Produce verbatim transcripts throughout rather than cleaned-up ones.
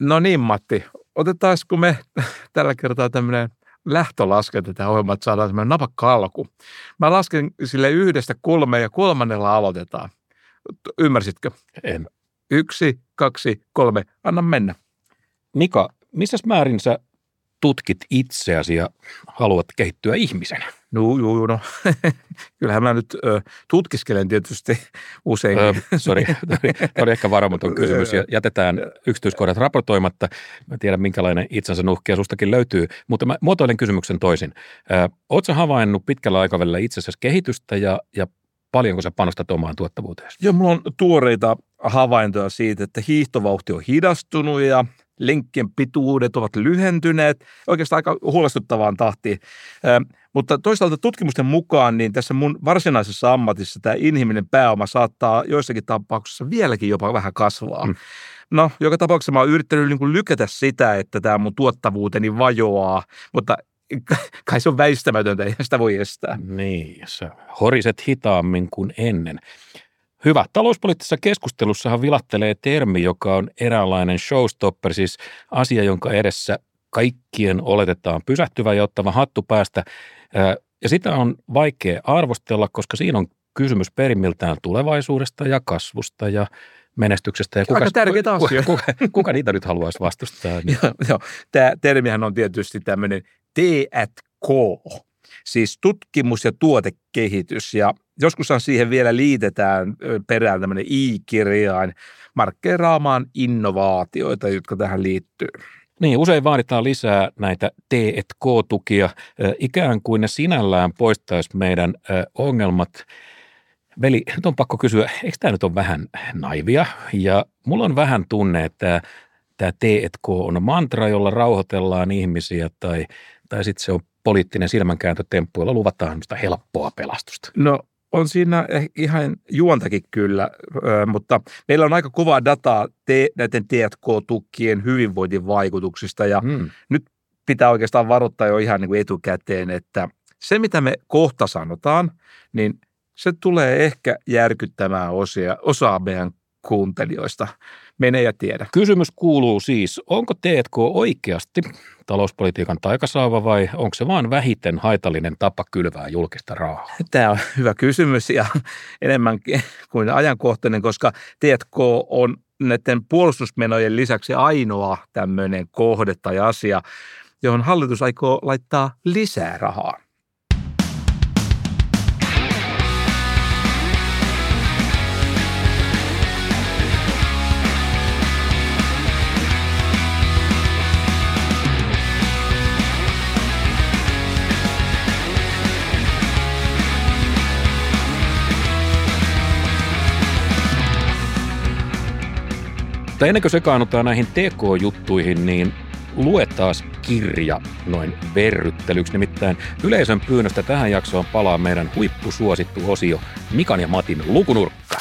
No niin, Matti. Otetaanko me tällä kertaa tämmöinen lähtölaskenta tähän ohjelmaan, että saadaan semmoinen napakka alku. Mä lasken sille yhdestä kolmeen ja kolmannella aloitetaan. Ymmärsitkö? En. Yksi, kaksi, kolme. Anna mennä. Mika, missä määrin sä tutkit itseäsi ja haluat kehittyä ihmisenä? No, juu, no. Kyllähän mä nyt ö, tutkiskelen tietysti usein. Öö, Sori, tämä oli ehkä varamaton kysymys ja jätetään yksityiskohdat raportoimatta. Mä tiedän, minkälainen itsensä nuhkija sustakin löytyy, mutta mä muotoilen kysymyksen toisin. Öö, Ootko sä havainnut pitkällä aikavälillä itsessäsi kehitystä ja, ja paljonko sä panostat omaan tuottavuuteen? Joo, mulla on tuoreita havaintoja siitä, että hiihtovauhti on hidastunut ja lenkkien pituudet ovat lyhentyneet oikeastaan aika huolestuttavaan tahtiin. Ö, mutta toisaalta tutkimusten mukaan niin tässä mun varsinaisessa ammatissa tämä inhimillinen pääoma saattaa joissakin tapauksissa vieläkin jopa vähän kasvaa. Mm. No, joka tapauksessa mä oon yrittänyt niin kuin lykätä sitä, että tämä mun tuottavuuteni vajoaa, mutta kai se on väistämätöntä, eihän sitä voi estää. Niin, sä horiset hitaammin kuin ennen. Hyvä. Talouspoliittisessa keskustelussahan vilahtelee termi, joka on eräänlainen showstopper, siis asia, jonka edessä kaikkien oletetaan pysähtyvän ja ottavan hattu päästä. Ja sitä on vaikea arvostella, koska siinä on kysymys perimmiltään tulevaisuudesta ja kasvusta ja menestyksestä. Ja kuka, aika tärkeitä asioita. Kuka, kuka, kuka niitä nyt haluaisi vastustaa? Niin. joo, joo. Tämä termihän on tietysti tämmöinen T and K, siis tutkimus- ja tuotekehitys. Ja joskushan siihen vielä liitetään perään tämmöinen I-kirjain markkeeraamaan innovaatioita, jotka tähän liittyy. Niin, usein vaaditaan lisää näitä T and K-tukia, ikään kuin ne sinällään poistaisi meidän ongelmat. Veli, nyt on pakko kysyä, eikö tämä nyt ole vähän naivia? Ja mulla on vähän tunne, että tämä T and K on mantra, jolla rauhoitellaan ihmisiä, tai, tai sitten se on poliittinen silmänkääntötemppu, jolla luvataan helppoa pelastusta. No on siinä ihan juontakin kyllä, mutta meillä on aika kovaa dataa te, näiden T and K-tukkien hyvinvointivaikutuksista, ja hmm. nyt pitää oikeastaan varoittaa jo ihan niin kuin etukäteen, että se mitä me kohta sanotaan, niin se tulee ehkä järkyttämään osia, osaa meidän kuuntelijoista. Mene ja tiedä. Kysymys kuuluu siis, onko T and K oikeasti talouspolitiikan taikasauva vai onko se vaan vähiten haitallinen tapa kylvää julkista rahaa? Tämä on hyvä kysymys ja enemmänkin kuin ajankohtainen, koska T and K on näiden puolustusmenojen lisäksi ainoa tämmöinen kohde tai asia, johon hallitus aikoo laittaa lisää rahaa. Mutta ennen kuin sekaannutaan näihin T K-juttuihin, niin lue taas kirja noin verryttelyksi. Nimittäin yleisön pyynnöstä tähän jaksoon palaa meidän huippusuosittu osio Mikan ja Matin lukunurkka.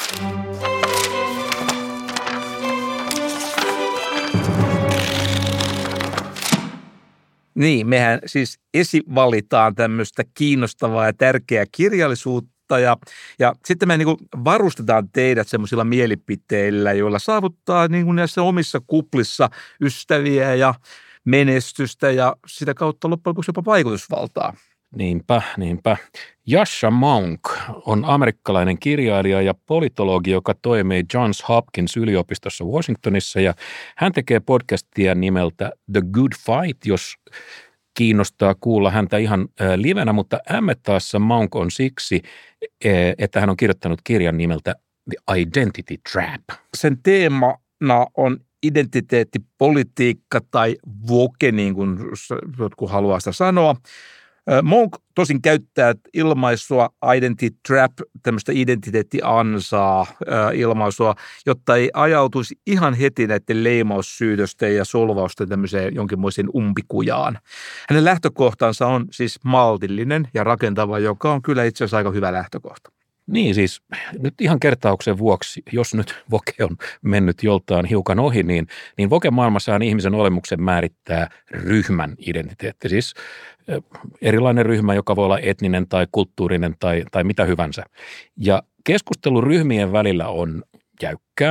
Niin, mehän siis esivalitaan tämmöistä kiinnostavaa ja tärkeää kirjallisuutta. Ja, ja sitten me niin kuin varustetaan teidät semmoisilla mielipiteillä, joilla saavuttaa niin kuin näissä omissa kuplissa ystäviä ja menestystä ja sitä kautta loppujen lopuksi jopa vaikutusvaltaa. Niinpä, niinpä. Yascha Mounk on amerikkalainen kirjailija ja politologi, joka toimii Johns Hopkins yliopistossa Washingtonissa, ja hän tekee podcastia nimeltä The Good Fight, jos kiinnostaa kuulla häntä ihan livenä, mutta ämmettäessä Mounk on siksi, että hän on kirjoittanut kirjan nimeltä The Identity Trap. Sen teemana on identiteettipolitiikka tai woke, niin kuin jotkut haluaa sitä sanoa. Mounk tosin käyttää ilmaisua identity trap, tämmöistä identiteettiansaa ilmaisua, jotta ei ajautuisi ihan heti näiden leimaussyytösten ja solvausten tämmöiseen jonkinmoiseen umpikujaan. Hänen lähtökohtansa on siis maltillinen ja rakentava, joka on kyllä itse asiassa aika hyvä lähtökohta. Niin siis nyt ihan kertauksen vuoksi, jos nyt woke on mennyt joltain hiukan ohi, niin, niin woke-maailmassaan ihmisen olemuksen määrittää ryhmän identiteetti. Siis erilainen ryhmä, joka voi olla etninen tai kulttuurinen tai, tai mitä hyvänsä. Ja keskustelu ryhmien välillä on jäykkää.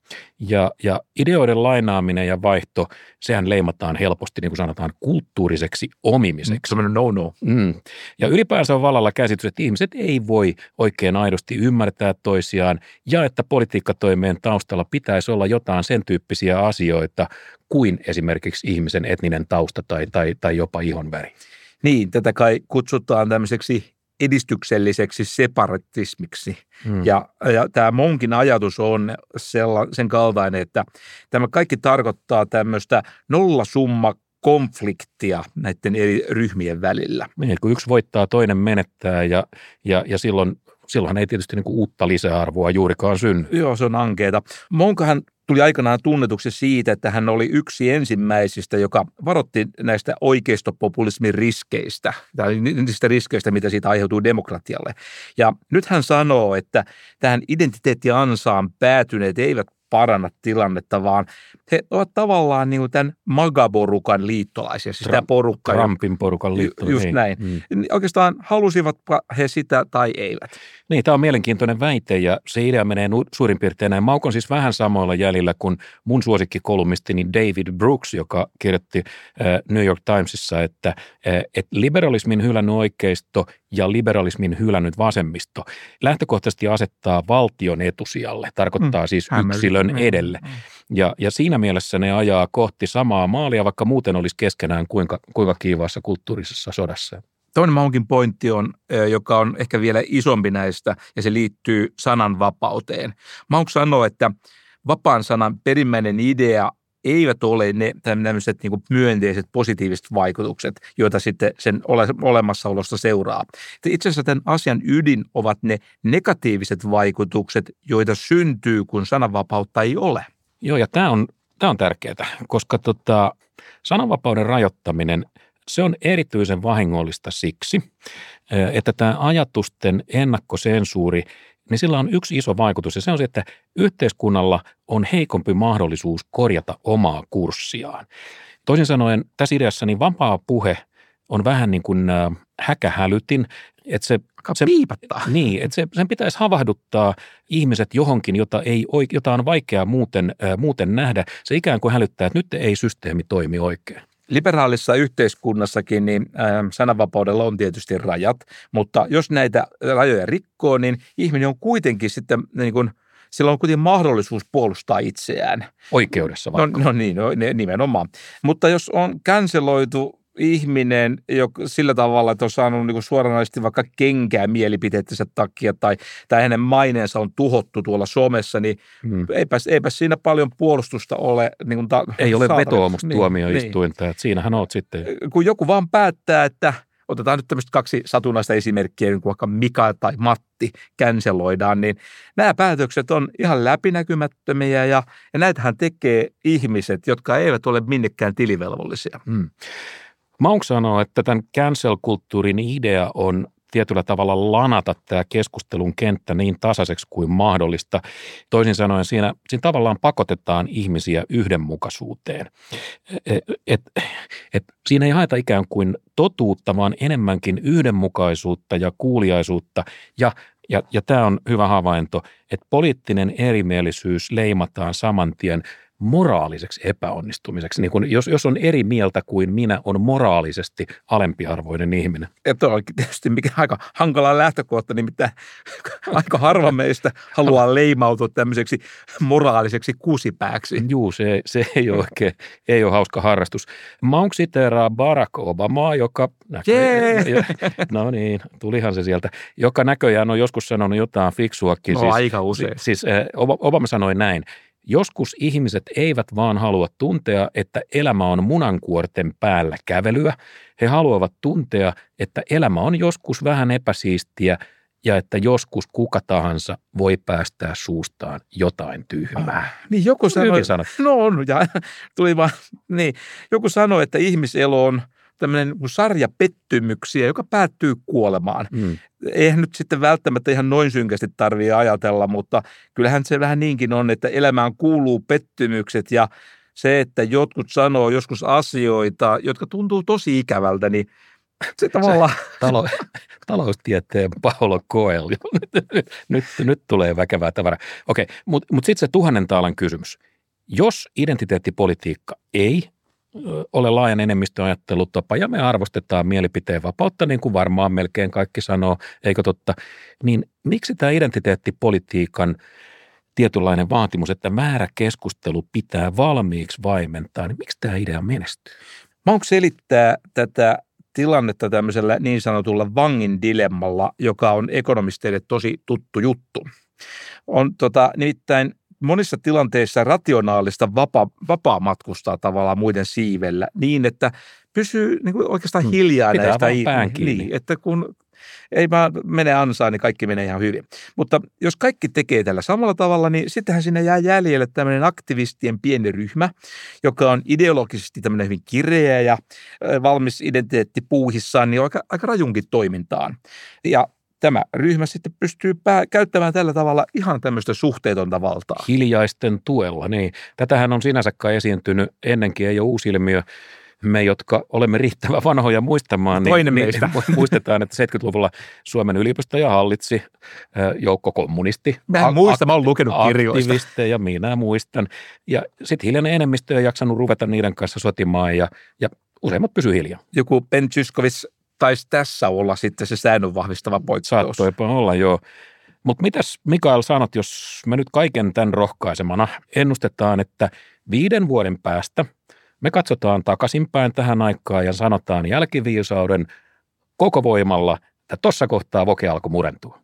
Ja, ja ideoiden lainaaminen ja vaihto, sehän leimataan helposti, niin kuin sanotaan, kulttuuriseksi omimiseksi. Sellainen no-no. Mm. Ja ylipäänsä on vallalla käsitys, että ihmiset ei voi oikein aidosti ymmärtää toisiaan ja että politiikkatoimeen taustalla pitäisi olla jotain sen tyyppisiä asioita kuin esimerkiksi ihmisen etninen tausta tai, tai, tai jopa ihonväri. Niin, tätä kai kutsutaan tämmöiseksi edistykselliseksi separatismiksi. Hmm. Ja, ja tämä Monkin ajatus on sella, sen kaltainen, että tämä kaikki tarkoittaa tämmöistä nollasumma konfliktia näiden eri ryhmien välillä. Niin, kun yksi voittaa, toinen menettää ja, ja, ja silloin, silloinhan ei tietysti niin kuin uutta lisäarvoa juurikaan synny. Joo, se on ankeeta. Monkahan tuli aikanaan tunnetuksi siitä, että hän oli yksi ensimmäisistä, joka varoitti näistä oikeistopopulismin riskeistä, tai niistä riskeistä, mitä siitä aiheutuu demokratialle. Ja nyt hän sanoo, että tähän identiteettiansaan päätyneet eivät paranna tilannetta, vaan he ovat tavallaan niin kuin tämän MAGA-porukan liittolaisia. Siis tämä porukka. Trumpin porukan liittolaisia. Just näin. Mm. Oikeastaan halusivatpa he sitä tai eivät. Niin, tämä on mielenkiintoinen väite ja se idea menee suurin piirtein näin. Mä oon siis vähän samoilla jäljillä kuin mun suosikkikolumnistini David Brooks, joka kirjoitti New York Timesissa, että, että liberalismin hylännyt oikeisto ja liberalismin hylännyt vasemmisto lähtökohtaisesti asettaa valtion etusijalle, tarkoittaa mm. siis yksilön edelle. Ja, ja siinä mielessä ne ajaa kohti samaa maalia, vaikka muuten olisi keskenään kuinka, kuinka kiivaassa kulttuurisessa sodassa. Toinen Monkin pointti on, joka on ehkä vielä isompi näistä, ja se liittyy sananvapauteen. Monk sanoo, että vapaan sanan perimmäinen idea eivät ole ne tämmöiset niin kuin myönteiset, positiiviset vaikutukset, joita sitten sen ole, olemassaolosta seuraa. Itse asiassa tämän asian ydin ovat ne negatiiviset vaikutukset, joita syntyy, kun sananvapautta ei ole. Joo, ja tämä on, tämä on tärkeää, koska tota, sananvapauden rajoittaminen, se on erityisen vahingollista siksi, että tämä ajatusten ennakkosensuuri, niin sillä on yksi iso vaikutus, ja se on se, että yhteiskunnalla on heikompi mahdollisuus korjata omaa kurssiaan. Toisin sanoen tässä ideassa niin vapaa puhe on vähän niin kuin häkähälytin, että se, se piipattaa. Niin, että se, sen pitäisi havahduttaa ihmiset johonkin, jota, ei, jota on vaikea muuten, äh, muuten nähdä. Se ikään kuin hälyttää, että nyt ei systeemi toimi oikein. Liberaalissa yhteiskunnassakin niin äh, sananvapaudella on tietysti rajat, mutta jos näitä rajoja rikkoo, niin ihminen on kuitenkin sitten niin kuin, sillä on kuitenkin mahdollisuus puolustaa itseään. Oikeudessa vaikka. No, no niin, no, nimenomaan. Mutta jos on canceloitu ihminen joka, sillä tavalla, että on saanut niin kuin suoranaisesti vaikka kenkää mielipiteittensä takia tai, tai hänen maineensa on tuhottu tuolla somessa, niin hmm. eipä, eipä siinä paljon puolustusta ole. Niin kuin ta- Ei ole vetoomustuomioistuinta, niin, että siinähän olet sitten. Kun joku vaan päättää, että otetaan nyt tämmöistä kaksi satunnaista esimerkkiä, niin kuin vaikka Mika tai Matti canceloidaan, niin nämä päätökset on ihan läpinäkymättömiä ja, ja näitähän tekee ihmiset, jotka eivät ole minnekään tilivelvollisia. Hmm. Monk sanoo, että tämän cancel-kulttuurin idea on tietyllä tavalla lanata tämä keskustelun kenttä niin tasaiseksi kuin mahdollista. Toisin sanoen siinä, siinä tavallaan pakotetaan ihmisiä yhdenmukaisuuteen. Et, et, et siinä ei haeta ikään kuin totuutta, vaan enemmänkin yhdenmukaisuutta ja kuuliaisuutta. Ja, ja, ja tämä on hyvä havainto, että poliittinen erimielisyys leimataan saman tien moraaliseksi epäonnistumiseksi. Niin kun jos, jos on eri mieltä kuin minä, on moraalisesti alempiarvoinen ihminen. Että on tietysti mikä aika hankala lähtökohta, nimittäin aika harva meistä haluaa leimautua tämmöiseksi moraaliseksi kusipääksi. Juu, se, se ei ole oikein, ei ole hauska harrastus. Monk siteeraa Barack Obamaa, joka näköjään, yeah. no niin, tulihan se sieltä, joka näköjään on joskus sanonut jotain fiksuakin. No siis, aika usein. Siis Obama sanoi näin. Joskus ihmiset eivät vaan halua tuntea, että elämä on munankuorten päällä kävelyä. He haluavat tuntea, että elämä on joskus vähän epäsiistiä ja että joskus kuka tahansa voi päästää suustaan jotain tyhmää. Ah, niin joku sanoi, no on, ja tuli vaan, niin, joku sanoi, että ihmiselo on tämmöinen sarja pettymyksiä, joka päättyy kuolemaan. Mm. Eihän nyt sitten välttämättä ihan noin synkästi tarvitse ajatella, mutta kyllähän se vähän niinkin on, että elämään kuuluu pettymykset ja se, että jotkut sanoo joskus asioita, jotka tuntuu tosi ikävältä, niin Se tavallaan... Talo, taloustieteen Paulo Coelho. Nyt, nyt, nyt, nyt tulee väkevää tavaraa. Okei, mutta mut sitten se tuhannen taalan kysymys. Jos identiteettipolitiikka ei ole laajan enemmistön ajattelutapa ja me arvostetaan mielipiteen vapautta, niin kuin varmaan melkein kaikki sanoo, eikö totta, niin miksi tämä identiteettipolitiikan tietynlainen vaatimus, että määrä keskustelu pitää valmiiksi vaimentaa, niin miksi tämä idea menestyy? Mä onko selittää tätä tilannetta tämmöisellä niin sanotulla vangin dilemmalla, joka on ekonomisteille tosi tuttu juttu. On tota, nimittäin monissa tilanteissa rationaalista vapaa, vapaa matkustaa tavallaan muiden siivellä niin, että pysyy niin kuin oikeastaan hiljaa Pitää näistä. vaan pään kiinni. Niin, että kun ei vaan mene ansaan, niin kaikki menee ihan hyvin. Mutta jos kaikki tekee tällä samalla tavalla, niin sittenhän sinne jää jäljelle tämmöinen aktivistien pieni ryhmä, joka on ideologisesti tämmöinen hyvin kireä ja valmis identiteetti puuhissaan, niin aika, aika rajunkin toimintaan. Ja tämä ryhmä sitten pystyy pää- käyttämään tällä tavalla ihan tämmöistä suhteetonta valtaa. Hiljaisten tuella, niin. Tätähän on sinänsä kai esiintynyt ennenkin, ei ole uusi ilmiö. Me, jotka olemme riittävän vanhoja muistamaan, niin, niin muistetaan, että seitsemänkymmentäluvulla Suomen yliopistoja hallitsi joukko kommunisti. Mä en muista, mä oon lukenut kirjoista. Aktivisteja, minä muistan. Ja sitten hiljainen enemmistö ei jaksanut ruveta niiden kanssa sotimaan ja, ja useimmat pysy hiljaa. Joku Ben Zyskowicz taisi tässä olla sitten se säännön vahvistava poikkeus. Saattoipa olla, joo. Mutta mitäs Mikael sanot, jos me nyt kaiken tämän rohkaisemana ennustetaan, että viiden vuoden päästä me katsotaan takaisinpäin tähän aikaan ja sanotaan jälkiviisauden koko voimalla, että tuossa kohtaa voke alkoi murentua.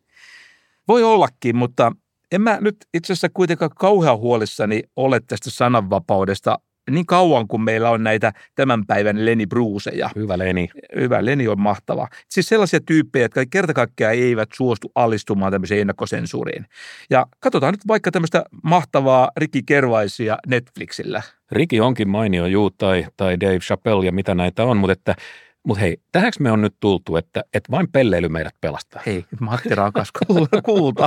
Voi ollakin, mutta en mä nyt itse asiassa kuitenkaan kauhean huolissani ole tästä sananvapaudesta niin kauan kuin meillä on näitä tämän päivän Lenny Bruceja. Hyvä Lenny. Hyvä Lenny on mahtava. Siis sellaisia tyyppejä, jotka kerta kaikkiaan eivät suostu alistumaan tämmöiseen ennakkosensuuriin. Ja katsotaan nyt vaikka tämmöistä mahtavaa Ricky Gervaisia Netflixillä. Ricky onkin mainio juu tai, tai Dave Chappelle ja mitä näitä on, mutta että Mutta hei, tähänkö me on nyt tultu, että, että vain pelleily meidät pelastaa? Hei, Matti rakas kuulta.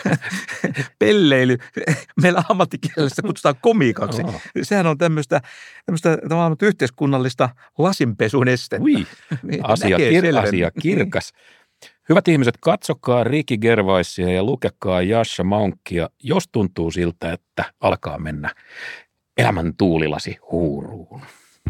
Pelleily, meillä ammattikielessä kutsutaan komiikaksi. Oh. Sehän on tämmöistä, tämmöistä tavallaan yhteiskunnallista lasinpesunestettä. Ui, asia, kir- asia kirkas. Hyvät ihmiset, katsokaa Ricky Gervaisia ja lukekaa Yasha Mounkia, jos tuntuu siltä, että alkaa mennä elämän tuulilasi huuruun.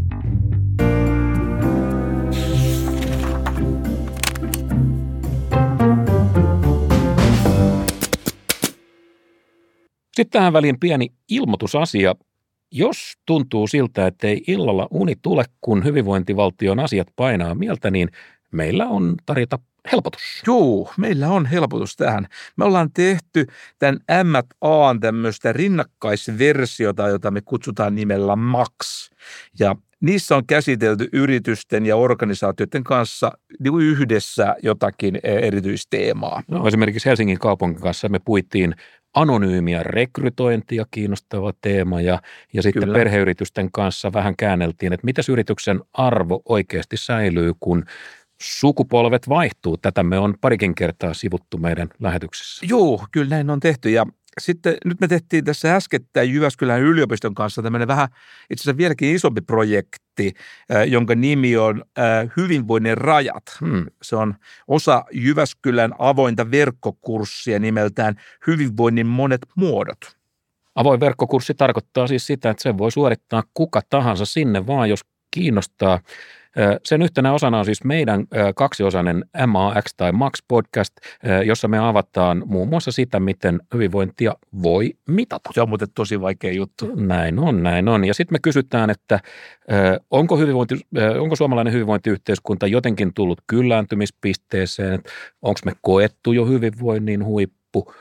Sitten tähän väliin pieni ilmoitusasia. Jos tuntuu siltä, että ei illalla uni tule, kun hyvinvointivaltion asiat painaa mieltä, niin meillä on tarjota helpotus. Joo, meillä on helpotus tähän. Me ollaan tehty tämän M and A:n tämmöistä rinnakkaisversiota, jota me kutsutaan nimellä Max. Ja niissä on käsitelty yritysten ja organisaatioiden kanssa yhdessä jotakin erityisteemaa. No, esimerkiksi Helsingin kaupungin kanssa me puittiin anonyymiä rekrytointia kiinnostava teema ja, ja sitten Kyllä. perheyritysten kanssa vähän käänneltiin, että mitäs yrityksen arvo oikeasti säilyy, kun sukupolvet vaihtuu. Tätä me on parikin kertaa sivuttu meidän lähetyksessä. Joo, kyllä näin on tehty ja sitten nyt me tehtiin tässä äskettäin Jyväskylän yliopiston kanssa tämmöinen vähän itse asiassa vieläkin isompi projekti, jonka nimi on Hyvinvoinnin rajat. Hmm. Se on osa Jyväskylän avointa verkkokurssia nimeltään Hyvinvoinnin monet muodot. Avoin verkkokurssi tarkoittaa siis sitä, että sen voi suorittaa kuka tahansa sinne vaan, jos kiinnostaa. Sen yhtenä osana on siis meidän kaksiosainen M A X tai Max podcast, jossa me avataan muun muassa sitä, miten hyvinvointia voi mitata. Se on muuten tosi vaikea juttu. Näin on, näin on. Ja sitten me kysytään, että onko, hyvinvointi, onko suomalainen hyvinvointiyhteiskunta jotenkin tullut kyllääntymispisteeseen, onko me koettu jo hyvinvoinnin huippu,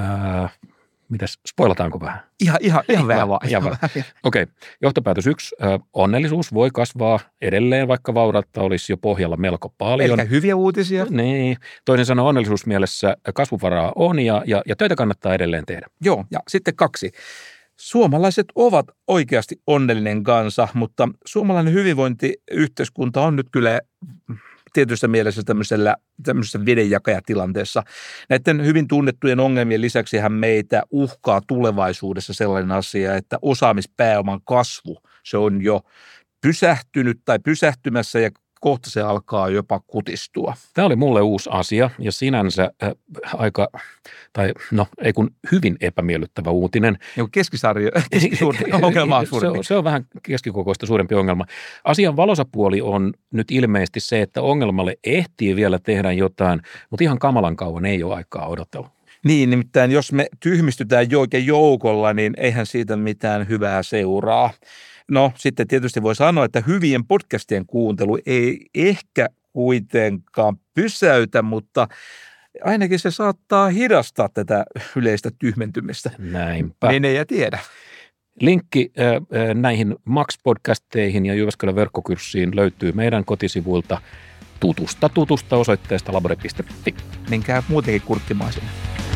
mitäs, spoilataanko vähän? Ihan, ihan, ihan vähän vaan. Okei, okay. Johtopäätös yksi. Onnellisuus voi kasvaa edelleen, vaikka vaurautta olisi jo pohjalla melko paljon. Pelkä hyviä uutisia. Niin. Toinen sanoo onnellisuusmielessä kasvuvaraa on ja, ja, ja töitä kannattaa edelleen tehdä. Joo, ja sitten kaksi. Suomalaiset ovat oikeasti onnellinen kansa, mutta suomalainen hyvinvointiyhteiskunta on nyt kyllä tietyssä mielessä tämmöisellä, tämmöisessä vedenjakajatilanteessa. Näiden hyvin tunnettujen ongelmien lisäksihän meitä uhkaa tulevaisuudessa sellainen asia, että osaamispääoman kasvu, se on jo pysähtynyt tai pysähtymässä ja kohta se alkaa jopa kutistua. Tämä oli mulle uusi asia ja sinänsä äh, aika, tai no ei kun hyvin epämiellyttävä uutinen. Joku keskisarja, keskisuuri ongelma on se, on, se on vähän keskikokoista suurempi ongelma. Asian valoisa puoli on nyt ilmeisesti se, että ongelmalle ehtii vielä tehdä jotain, mutta ihan kamalan kauan ei ole aikaa odotella. Niin, nimittäin jos me tyhmistytään oikein joukolla, niin eihän siitä mitään hyvää seuraa. No sitten tietysti voi sanoa, että hyvien podcastien kuuntelu ei ehkä kuitenkaan pysäytä, mutta ainakin se saattaa hidastaa tätä yleistä tyhmentymistä. Näinpä. Mene ja tiedä. Linkki äh, näihin Max-podcasteihin ja Jyväskylän verkkokurssiin löytyy meidän kotisivuilta tutusta tutusta osoitteesta labore piste fi. Menkää muutenkin kurkkimaan sinne.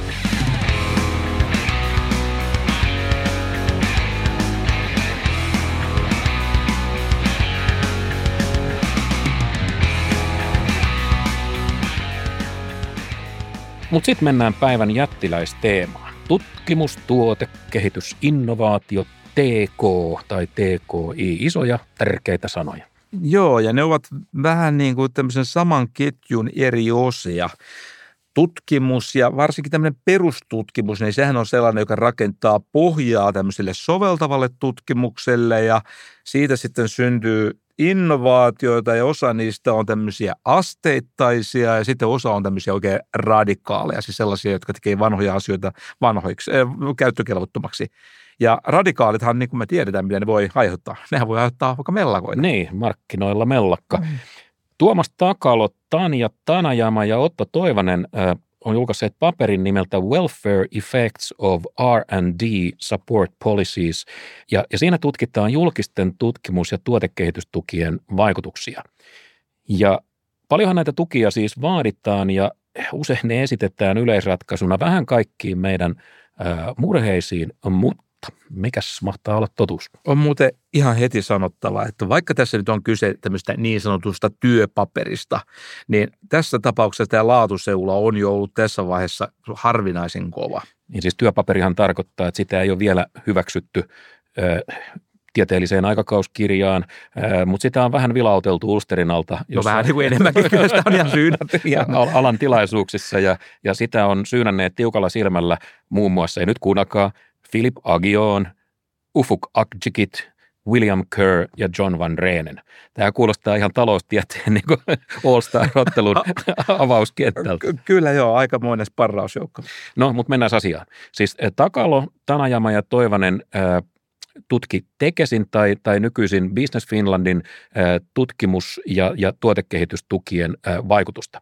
Mutta sitten mennään päivän jättiläisteemaan. Tutkimus, tuote, kehitys, innovaatio, T K tai T K I, isoja tärkeitä sanoja. Joo, ja ne ovat vähän niin kuin tämmöisen saman ketjun eri osia. Tutkimus ja varsinkin tämmöinen perustutkimus, niin sehän on sellainen, joka rakentaa pohjaa tämmöiselle soveltavalle tutkimukselle ja siitä sitten syntyy innovaatioita ja osa niistä on tämmöisiä asteittaisia ja sitten osa on tämmöisiä oikein radikaaleja, siis sellaisia, jotka tekee vanhoja asioita vanhoiksi, äh, käyttökelvottomaksi. Ja radikaalithan, niin kuin me tiedetään, mitä ne voi aiheuttaa. Nehän voi aiheuttaa vaikka mellakoita. Niin, markkinoilla mellakka. Mm. Tuomas Takalo, Tanja Tanajama ja Otto Toivanen äh, on julkaisseet paperin nimeltä Welfare Effects of R and D Support Policies, ja, ja siinä tutkitaan julkisten tutkimus- ja tuotekehitystukien vaikutuksia. Ja paljonhan näitä tukia siis vaaditaan, ja usein ne esitetään yleisratkaisuna vähän kaikkiin meidän äh, murheisiin, mutta mikäs mahtaa olla totuus? On muuten ihan heti sanottava, että vaikka tässä nyt on kyse tämmöistä niin sanotusta työpaperista, niin tässä tapauksessa tämä laatuseula on jo ollut tässä vaiheessa harvinaisen kova. Niin siis työpaperihan tarkoittaa, että sitä ei ole vielä hyväksytty ö, tieteelliseen aikakauskirjaan, ö, mutta sitä on vähän vilauteltu Ulsterin alta. No vähän niin kuin enemmänkin, kyllä sitä on ihan syynätty. Alan tilaisuuksissa ja, ja sitä on syynänneet tiukalla silmällä muun muassa, ja nyt kuunnakaa, Philip Aghion, Ufuk Akjikit, William Kerr ja John Van Reenen. Tämä kuulostaa ihan taloustieteen niin kuin All-Star-ottelun avauskentältä. Kyllä joo, aikamoinen sparrausjoukko. No, mutta mennään asiaan. Siis Takalo, Tanajama ja Toivanen äh, tutki Tekesin tai, tai nykyisin Business Finlandin äh, tutkimus- ja, ja tuotekehitystukien äh, vaikutusta.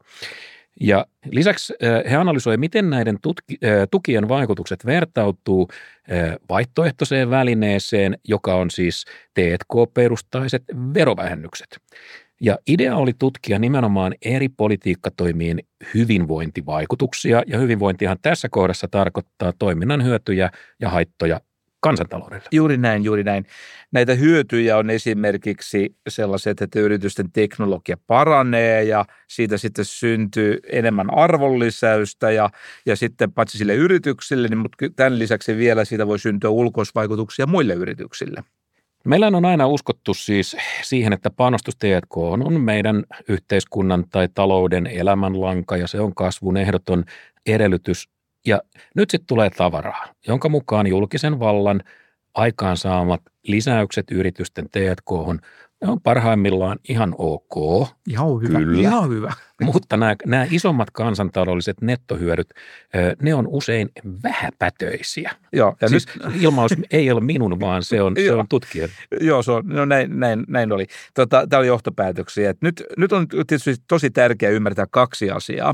Ja lisäksi he analysoivat, miten näiden tutki, tukien vaikutukset vertautuu vaihtoehtoiseen välineeseen, joka on siis T K-perustaiset verovähennykset. Ja idea oli tutkia nimenomaan eri politiikkatoimien hyvinvointivaikutuksia, ja hyvinvointihan tässä kohdassa tarkoittaa toiminnan hyötyjä ja haittoja kansantaloudelle. Juuri näin, juuri näin. Näitä hyötyjä on esimerkiksi sellaiset, että yritysten teknologia paranee ja siitä sitten syntyy enemmän arvonlisäystä ja, ja sitten paitsi sille yrityksille, niin mutta tämän lisäksi vielä siitä voi syntyä ulkoisvaikutuksia muille yrityksille. Meillä on aina uskottu siis siihen, että panostus T K on meidän yhteiskunnan tai talouden elämänlanka ja se on kasvun ehdoton edellytys. Ja nyt sitten tulee tavaraa, jonka mukaan julkisen vallan aikaansaamat lisäykset yritysten T K:hon, ne on parhaimmillaan ihan ok. Ihan hyvä, kyllä, ihan hyvä. Mutta nämä, nämä isommat kansantaloudelliset nettohyödyt, ne on usein vähäpätöisiä. Joo, ja siis nyt ilmaus ei ole minun, vaan se on, se on tutkijan. Joo, se on, no näin, näin, näin oli. Tota, tämä oli johtopäätöksiä. Et nyt, nyt on tietysti tosi tärkeää ymmärtää kaksi asiaa.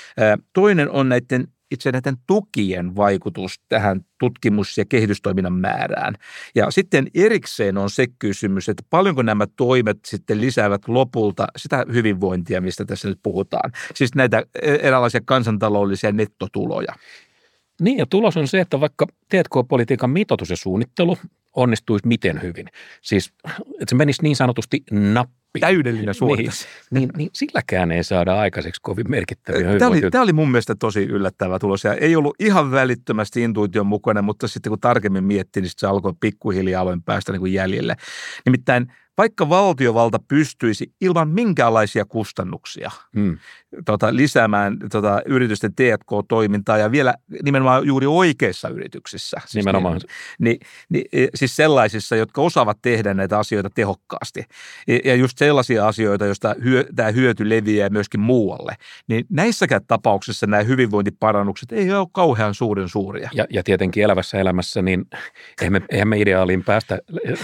Toinen on näiden itse näiden tukien vaikutus tähän tutkimus- ja kehitystoiminnan määrään. Ja sitten erikseen on se kysymys, että paljonko nämä toimet sitten lisäävät lopulta sitä hyvinvointia, mistä tässä nyt puhutaan. Siis näitä erilaisia kansantaloudellisia nettotuloja. Niin, ja tulos on se, että vaikka T K-politiikan mitoitus ja suunnittelu onnistuisi miten hyvin, siis että se menisi niin sanotusti nappiin. Täydellinen suoritus. Niin, niin, niin silläkään ei saada aikaiseksi kovin merkittäviä tämä hyvinvointia. Oli, tämä oli mun mielestä tosi yllättävä tulos ja ei ollut ihan välittömästi intuition mukana, mutta sitten kun tarkemmin miettii, niin se alkoi pikkuhiljaa aloin päästä niin kuin jäljelle. Nimittäin vaikka valtiovalta pystyisi ilman minkäänlaisia kustannuksia hmm. tota, lisäämään tota, yritysten T and K-toimintaa ja vielä nimenomaan juuri oikeissa yrityksissä. Siis nimenomaan. Niin, niin, niin, siis sellaisissa, jotka osaavat tehdä näitä asioita tehokkaasti ja just sellaisia asioita, joista hyö, tämä hyöty leviää myöskin muualle. Niin näissäkään tapauksissa nämä hyvinvointiparannukset ei ole kauhean suuren suuria. Ja, ja tietenkin elävässä elämässä, niin eihän me, eihän me ideaaliin päästä.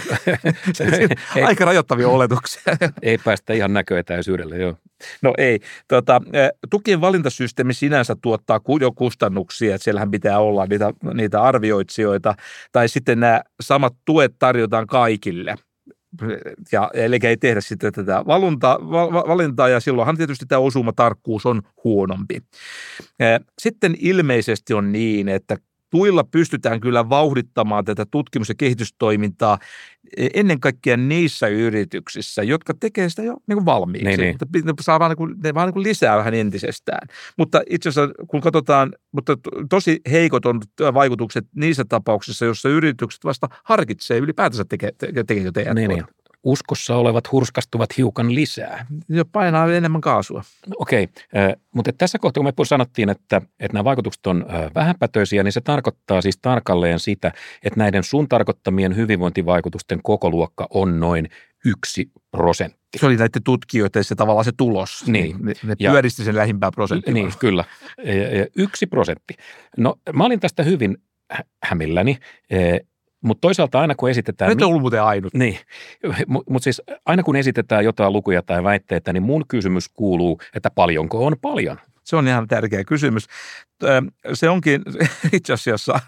Aika rajoittavia oletuksia. Ei päästä ihan näköetäisyydelle, joo. No ei. Tota, tukien valintasysteemi sinänsä tuottaa jo kustannuksia, että siellähän pitää olla niitä, niitä arvioitsijoita, tai sitten nämä samat tuet tarjotaan kaikille. Ja, eli ei tehdä sitten tätä valunta, valintaa, ja silloinhan tietysti tämä osumatarkkuus on huonompi. Sitten ilmeisesti on niin, että tuilla pystytään kyllä vauhdittamaan tätä tutkimus- ja kehitystoimintaa ennen kaikkea niissä yrityksissä, jotka tekee sitä jo niin kuin valmiiksi. Niin, niin. Ne saa vaan, niin kuin, ne vaan niin kuin lisää vähän entisestään. Mutta itse asiassa, kun katsotaan, mutta tosi heikot on vaikutukset niissä tapauksissa, joissa yritykset vasta harkitsee ylipäätänsä tekee tekee tehdä. Niin, niin. Uskossa olevat hurskastuvat hiukan lisää. Ja painaa enemmän kaasua. Okei, okay. Mutta tässä kohtaa, kun me sanottiin, että, että nämä vaikutukset on vähäpätöisiä, niin se tarkoittaa siis tarkalleen sitä, että näiden sun tarkoittamien hyvinvointivaikutusten kokoluokka on noin yksi prosentti. Se oli näiden tutkijoiden se tavallaan se tulos. Niin. Ne, ne pyöristi sen lähimpää prosenttia. Niin, kyllä. Yksi prosentti. No mä olin tästä hyvin hämilläni. Mutta toisaalta aina kun esitetään... Nyt on ollut muuten ainut. Niin, mutta mut siis aina kun esitetään jotain lukuja tai väitteitä, niin mun kysymys kuuluu, että paljonko on paljon? Se on ihan tärkeä kysymys. Se onkin itse asiassa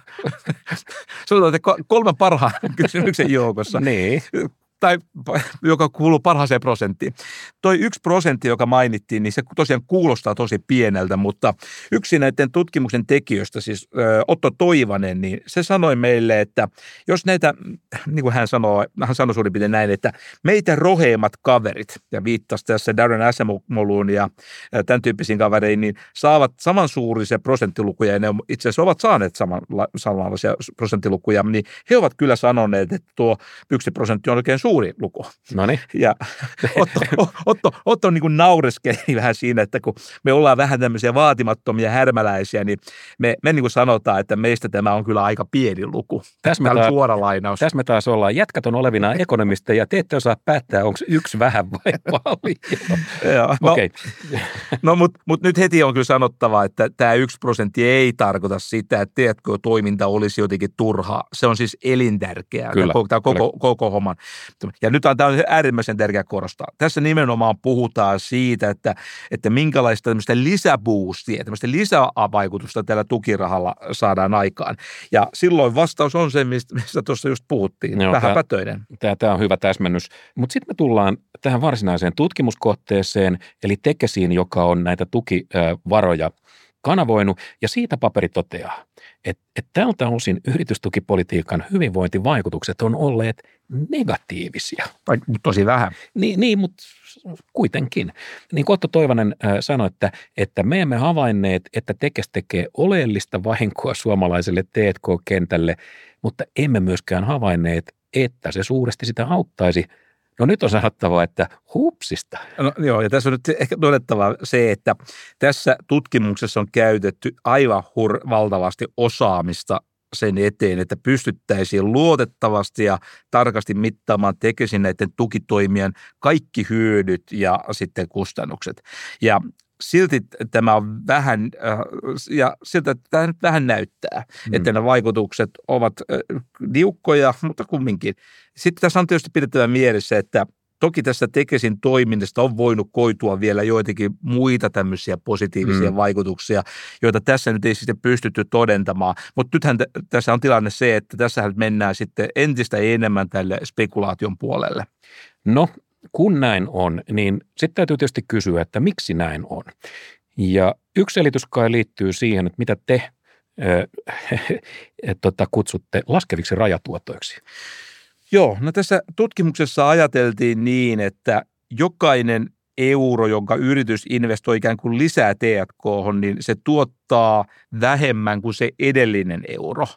se on kolmen parhaan kysymyksen joukossa. Niin. Tai joka kuuluu parhaaseen prosenttiin. Toi yksi prosentti, joka mainittiin, niin se tosiaan kuulostaa tosi pieneltä, mutta yksi näiden tutkimuksen tekijöistä, siis Otto Toivanen, niin se sanoi meille, että jos näitä, niin kuin hän sanoi, hän sanoi suurin piirtein näin, että meitä roheimmat kaverit, ja viittasi tässä Darren Asamovuun ja tämän tyyppisiin kavereihin, niin saavat samansuurisia prosenttilukuja, ja ne itse asiassa ovat saaneet samanlaisia prosenttilukuja, niin he ovat kyllä sanoneet, että tuo yksi prosentti on oikein suuri. Suuri luku. Noniin. Ja Otto, Otto, Otto niin kuin naureskeli vähän siinä, että kun me ollaan vähän tämmöisiä vaatimattomia härmäläisiä, niin me, me niin kuin sanotaan, että meistä tämä on kyllä aika pieni luku. Tässä tämä on suora lainaus. Tässä me taas ollaan. Jätkät on olevina ekonomista ja te ette osaa päättää, onko yksi vähän vai paljon. Joo, no, okay. no mutta mut nyt heti on kyllä sanottava, että tämä yksi prosentti ei tarkoita sitä, että teetkö toiminta olisi jotenkin turhaa. Se on siis elintärkeää. Kyllä, tämä, tämä koko, koko homman. Ja nyt on tämä äärimmäisen tärkeää korostaa. Tässä nimenomaan puhutaan siitä, että, että minkälaista tämmöistä lisäboostia, tämmöistä lisävaikutusta tällä tukirahalla saadaan aikaan. Ja silloin vastaus on se, mistä, mistä tuossa just puhuttiin, no, vähäpätöinen. Tämä, tämä on hyvä täsmennys. Mutta sitten me tullaan tähän varsinaiseen tutkimuskohteeseen, eli Tekesiin, joka on näitä tukivaroja kanavoinut, ja siitä paperi toteaa, että, että tältä osin yritystukipolitiikan hyvinvointivaikutukset on olleet negatiivisia. Tosi vähän. Niin, niin mutta kuitenkin. Niin kuin Otto Toivanen äh, sanoi, että, että me emme havainneet, että Tekes tekee oleellista vahinkoa suomalaiselle T and K-kentälle, mutta emme myöskään havainneet, että se suuresti sitä auttaisi. No nyt on sanottava, että hupsista. No, joo, ja tässä on nyt ehkä todettava se, että tässä tutkimuksessa on käytetty aivan hur- valtavasti osaamista sen eteen, että pystyttäisiin luotettavasti ja tarkasti mittaamaan Tekesin näiden tukitoimien kaikki hyödyt ja sitten kustannukset. Ja silti tämä on vähän, ja siltä tämä nyt vähän näyttää, mm. että ne vaikutukset ovat niukkoja, mutta kumminkin. Sitten tässä on tietysti pidettävä mielessä, että toki tässä Tekesin toiminnasta on voinut koitua vielä joitakin muita tämmöisiä positiivisia mm. vaikutuksia, joita tässä nyt ei sitten pystytty todentamaan. Mutta nythän t- tässä on tilanne se, että tässähän mennään sitten entistä enemmän tälle spekulaation puolelle. No, kun näin on, niin sitten täytyy tietysti kysyä, että miksi näin on. Ja yksi selitys kai liittyy siihen, että mitä te äh, tota, kutsutte laskeviksi rajatuotoiksi. Joo, no tässä tutkimuksessa ajateltiin niin, että jokainen euro, jonka yritys investoi ikään kuin lisää T and K:hon, niin se tuottaa vähemmän kuin se edellinen euro.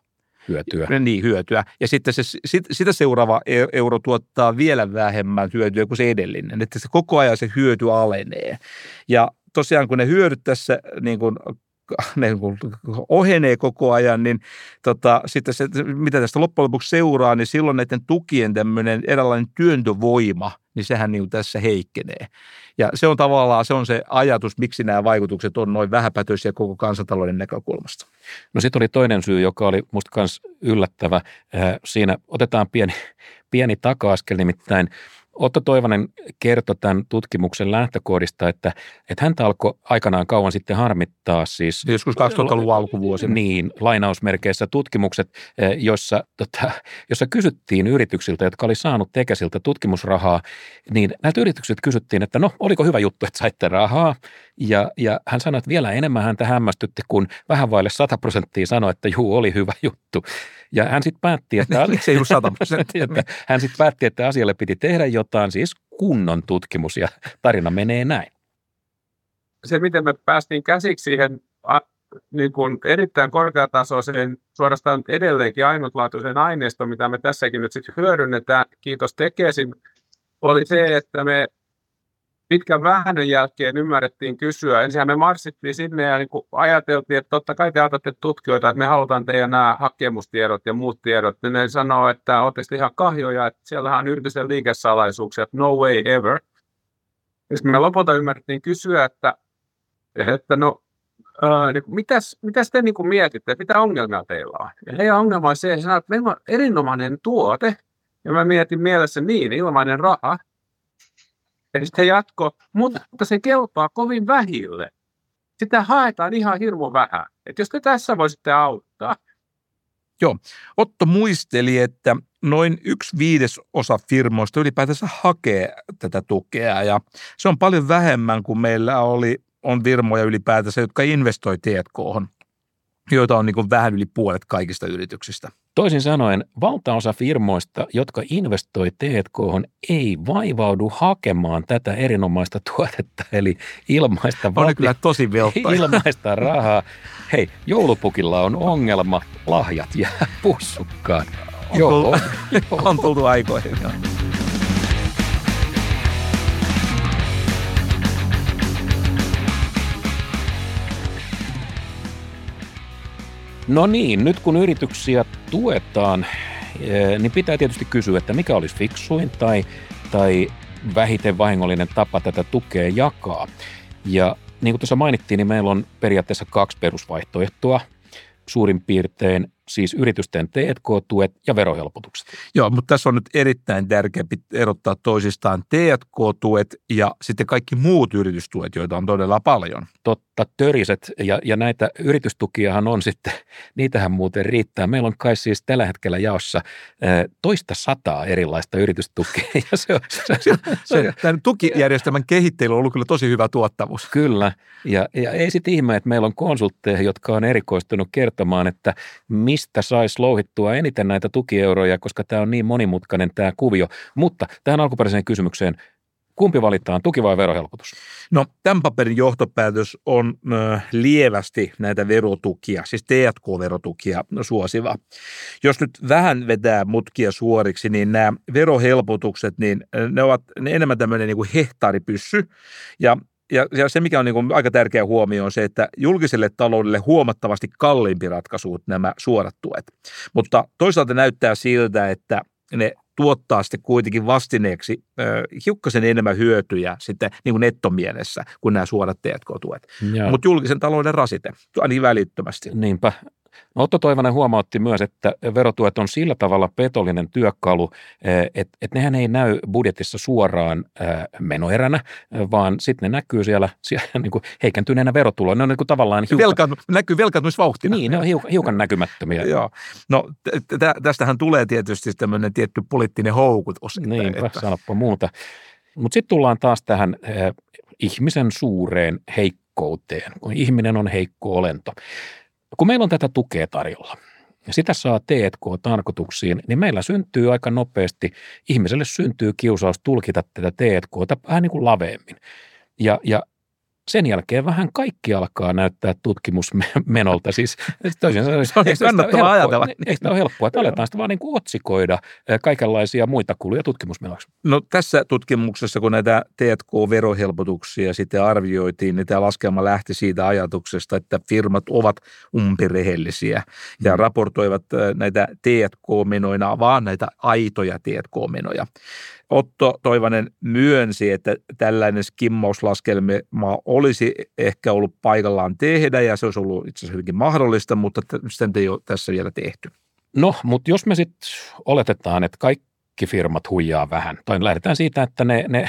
hyötyä. Niin, hyötyä. Ja sitten se, sit, sitä seuraava euro tuottaa vielä vähemmän hyötyä kuin se edellinen. Että se koko ajan se hyöty alenee. Ja tosiaan kun ne hyödyt tässä niin kuin ne ohenee koko ajan, niin tota, sitten se, mitä tästä loppujen lopuksi seuraa, niin silloin näiden tukien tämmöinen eräänlainen työntövoima, niin sehän niin tässä heikkenee. Ja se on tavallaan se, on se ajatus, miksi nämä vaikutukset on noin vähäpätöisiä koko kansantalouden näkökulmasta. No sitten oli toinen syy, joka oli musta myös yllättävä. Siinä otetaan pieni, pieni taka-askel, nimittäin Otto Toivonen kertoi tämän tutkimuksen lähtökohdista, että, että häntä alkoi aikanaan kauan sitten harmittaa siis. Joskus kaksituhattaluvun alkuvuosina. Niin, lainausmerkeissä tutkimukset, joissa, tota, jossa kysyttiin yrityksiltä, jotka oli saanut Tekesiltä tutkimusrahaa, niin näiltä yrityksiltä kysyttiin, että no, oliko hyvä juttu, että saitte rahaa? Ja, ja hän sanoi, että vielä enemmän häntä hämmästytti, kun vähän vaille sata prosenttia sanoi, että juu, oli hyvä juttu. Ja hän sitten päätti, että, se ei ollut sata prosenttia. hän sitten päätti, että asialle piti tehdä jotain, siis kunnon tutkimus, ja tarina menee näin. Se, miten me päästiin käsiksi siihen niin kuin erittäin korkeatasoiseen, suorastaan edelleenkin ainutlaatuiseen aineistoon, mitä me tässäkin nyt sitten hyödynnetään, kiitos Tekesin, oli se, että me pitkän väännön jälkeen ymmärrettiin kysyä. Ensin me marssittiin sinne ja niin kuin ajateltiin, että totta kai te autatte tutkijoita, että me halutaan teidän nämä hakemustiedot ja muut tiedot. Ja ne sanoo, että oletteko ihan kahjoja, että siellähän on yritysten liikesalaisuuksia, että no way ever. Ja me lopulta ymmärrettiin kysyä, että, että no, ää, niin kuin, mitäs, mitäs te niin kuin mietitte, että mitä ongelmia teillä on? Ja heidän ongelma on se, että meillä on erinomainen tuote, ja mä mietin mielessä niin, ilmainen raha. Ja sitten he jatko, mutta se kelpaa kovin vähille. Sitä haetaan ihan hirmu vähän. Että jos te tässä voisitte auttaa. Joo, Otto muisteli, että noin yksi viidesosa firmoista ylipäätänsä hakee tätä tukea. Ja se on paljon vähemmän kuin meillä oli, on firmoja ylipäätänsä, jotka investoi T and K:hon, joita on niin kuin vähän yli puolet kaikista yrityksistä. Toisin sanoen, valtaosa firmoista, jotka investoi T and K:hon, ei vaivaudu hakemaan tätä erinomaista tuotetta, eli ilmaista, on valti- kyllä tosi ilmaista rahaa. Hei, joulupukilla on ongelma, lahjat jää pussukkaan. On, Joo, tultu, on tultu aikoihin. No niin, nyt kun yrityksiä tuetaan, niin pitää tietysti kysyä, että mikä olisi fiksuin tai, tai vähiten vahingollinen tapa tätä tukea jakaa. Ja niin kuin tuossa mainittiin, niin meillä on periaatteessa kaksi perusvaihtoehtoa, suurin piirtein siis yritysten T and K-tuet ja verohelpotukset. Joo, mutta tässä on nyt erittäin tärkeää erottaa toisistaan T and K-tuet ja sitten kaikki muut yritystuet, joita on todella paljon. Totta, töriset ja, ja näitä yritystukiahan on sitten, niitähän muuten riittää. Meillä on kai siis tällä hetkellä jaossa ää, toista sataa erilaista yritystukea. Ja se on, se, se, se, tämän tukijärjestelmän kehittely on ollut kyllä tosi hyvä tuottavuus. Kyllä, ja, ja ei sitten ihme, että meillä on konsultteja, jotka on erikoistunut kertomaan, että mistä saisi louhittua eniten näitä tukieuroja, koska tämä on niin monimutkainen tämä kuvio. Mutta tähän alkuperäiseen kysymykseen, kumpi valitaan, tuki vai verohelpotus? No tämän paperin johtopäätös on äh, lievästi näitä verotukia, siis T and K-verotukia suosiva. Jos nyt vähän vetää mutkia suoriksi, niin nämä verohelpotukset, niin ne ovat ne enemmän tämmöinen niin kuin hehtaaripyssy ja Ja, ja se, mikä on niin kuin aika tärkeä huomio, on se, että julkiselle taloudelle huomattavasti kalliimpi ratkaisu nämä suorat tuet. Mutta toisaalta näyttää siltä, että ne tuottaa sitten kuitenkin vastineeksi äh, hiukkasen enemmän hyötyjä sitten niin kuin nettomielessä kuin nämä suorat T and K-tuet. Mutta julkisen talouden rasite, ainakin välittömästi. Niinpä. Otto Toivonen huomautti myös, että verotuet on sillä tavalla petollinen työkalu, että, että nehän ei näy budjetissa suoraan menoeränä, vaan sitten ne näkyy siellä, siellä niin kuin heikentyneenä verotuloina. Ne on niin kuin tavallaan hiukan... Velkaantu, näkyy velkaantumisvauhtina. Niin, ne on hiukan, hiukan näkymättömiä. Joo. No t- tästähän tulee tietysti tämmöinen tietty poliittinen houkutus. Niinpä, että... sanoppa muuta. Mutta sitten tullaan taas tähän eh, ihmisen suureen heikkouteen, kun ihminen on heikko olento. Kun meillä on tätä tukea tarjolla ja sitä saa T and K-tarkoituksiin, niin meillä syntyy aika nopeasti, ihmiselle syntyy kiusaus tulkita tätä T and K:ta vähän niin kuin laveemmin. Ja, ja sen jälkeen vähän kaikki alkaa näyttää tutkimusmenolta. Siis toisin sanoen, se on kannattavaa ajatella. Eikö tämä ole helppoa, että aletaan sitä vaan niin kuin otsikoida kaikenlaisia muita kuluja tutkimusmenoiksi? No tässä tutkimuksessa, kun näitä T and K-verohelpotuksia sitten arvioitiin, niin tämä laskelma lähti siitä ajatuksesta, että firmat ovat umpirehellisiä ja raportoivat näitä T and K-menoina, vaan näitä aitoja T and K-menoja. Otto Toivanen myönsi, että tällainen skimmauslaskelma olisi ehkä ollut paikallaan tehdä ja se olisi ollut itse asiassa hyvinkin mahdollista, mutta sitä ei ole tässä vielä tehty. No, mutta jos me sitten oletetaan, että kaikki firmat huijaa vähän, tai lähdetään siitä, että ne, ne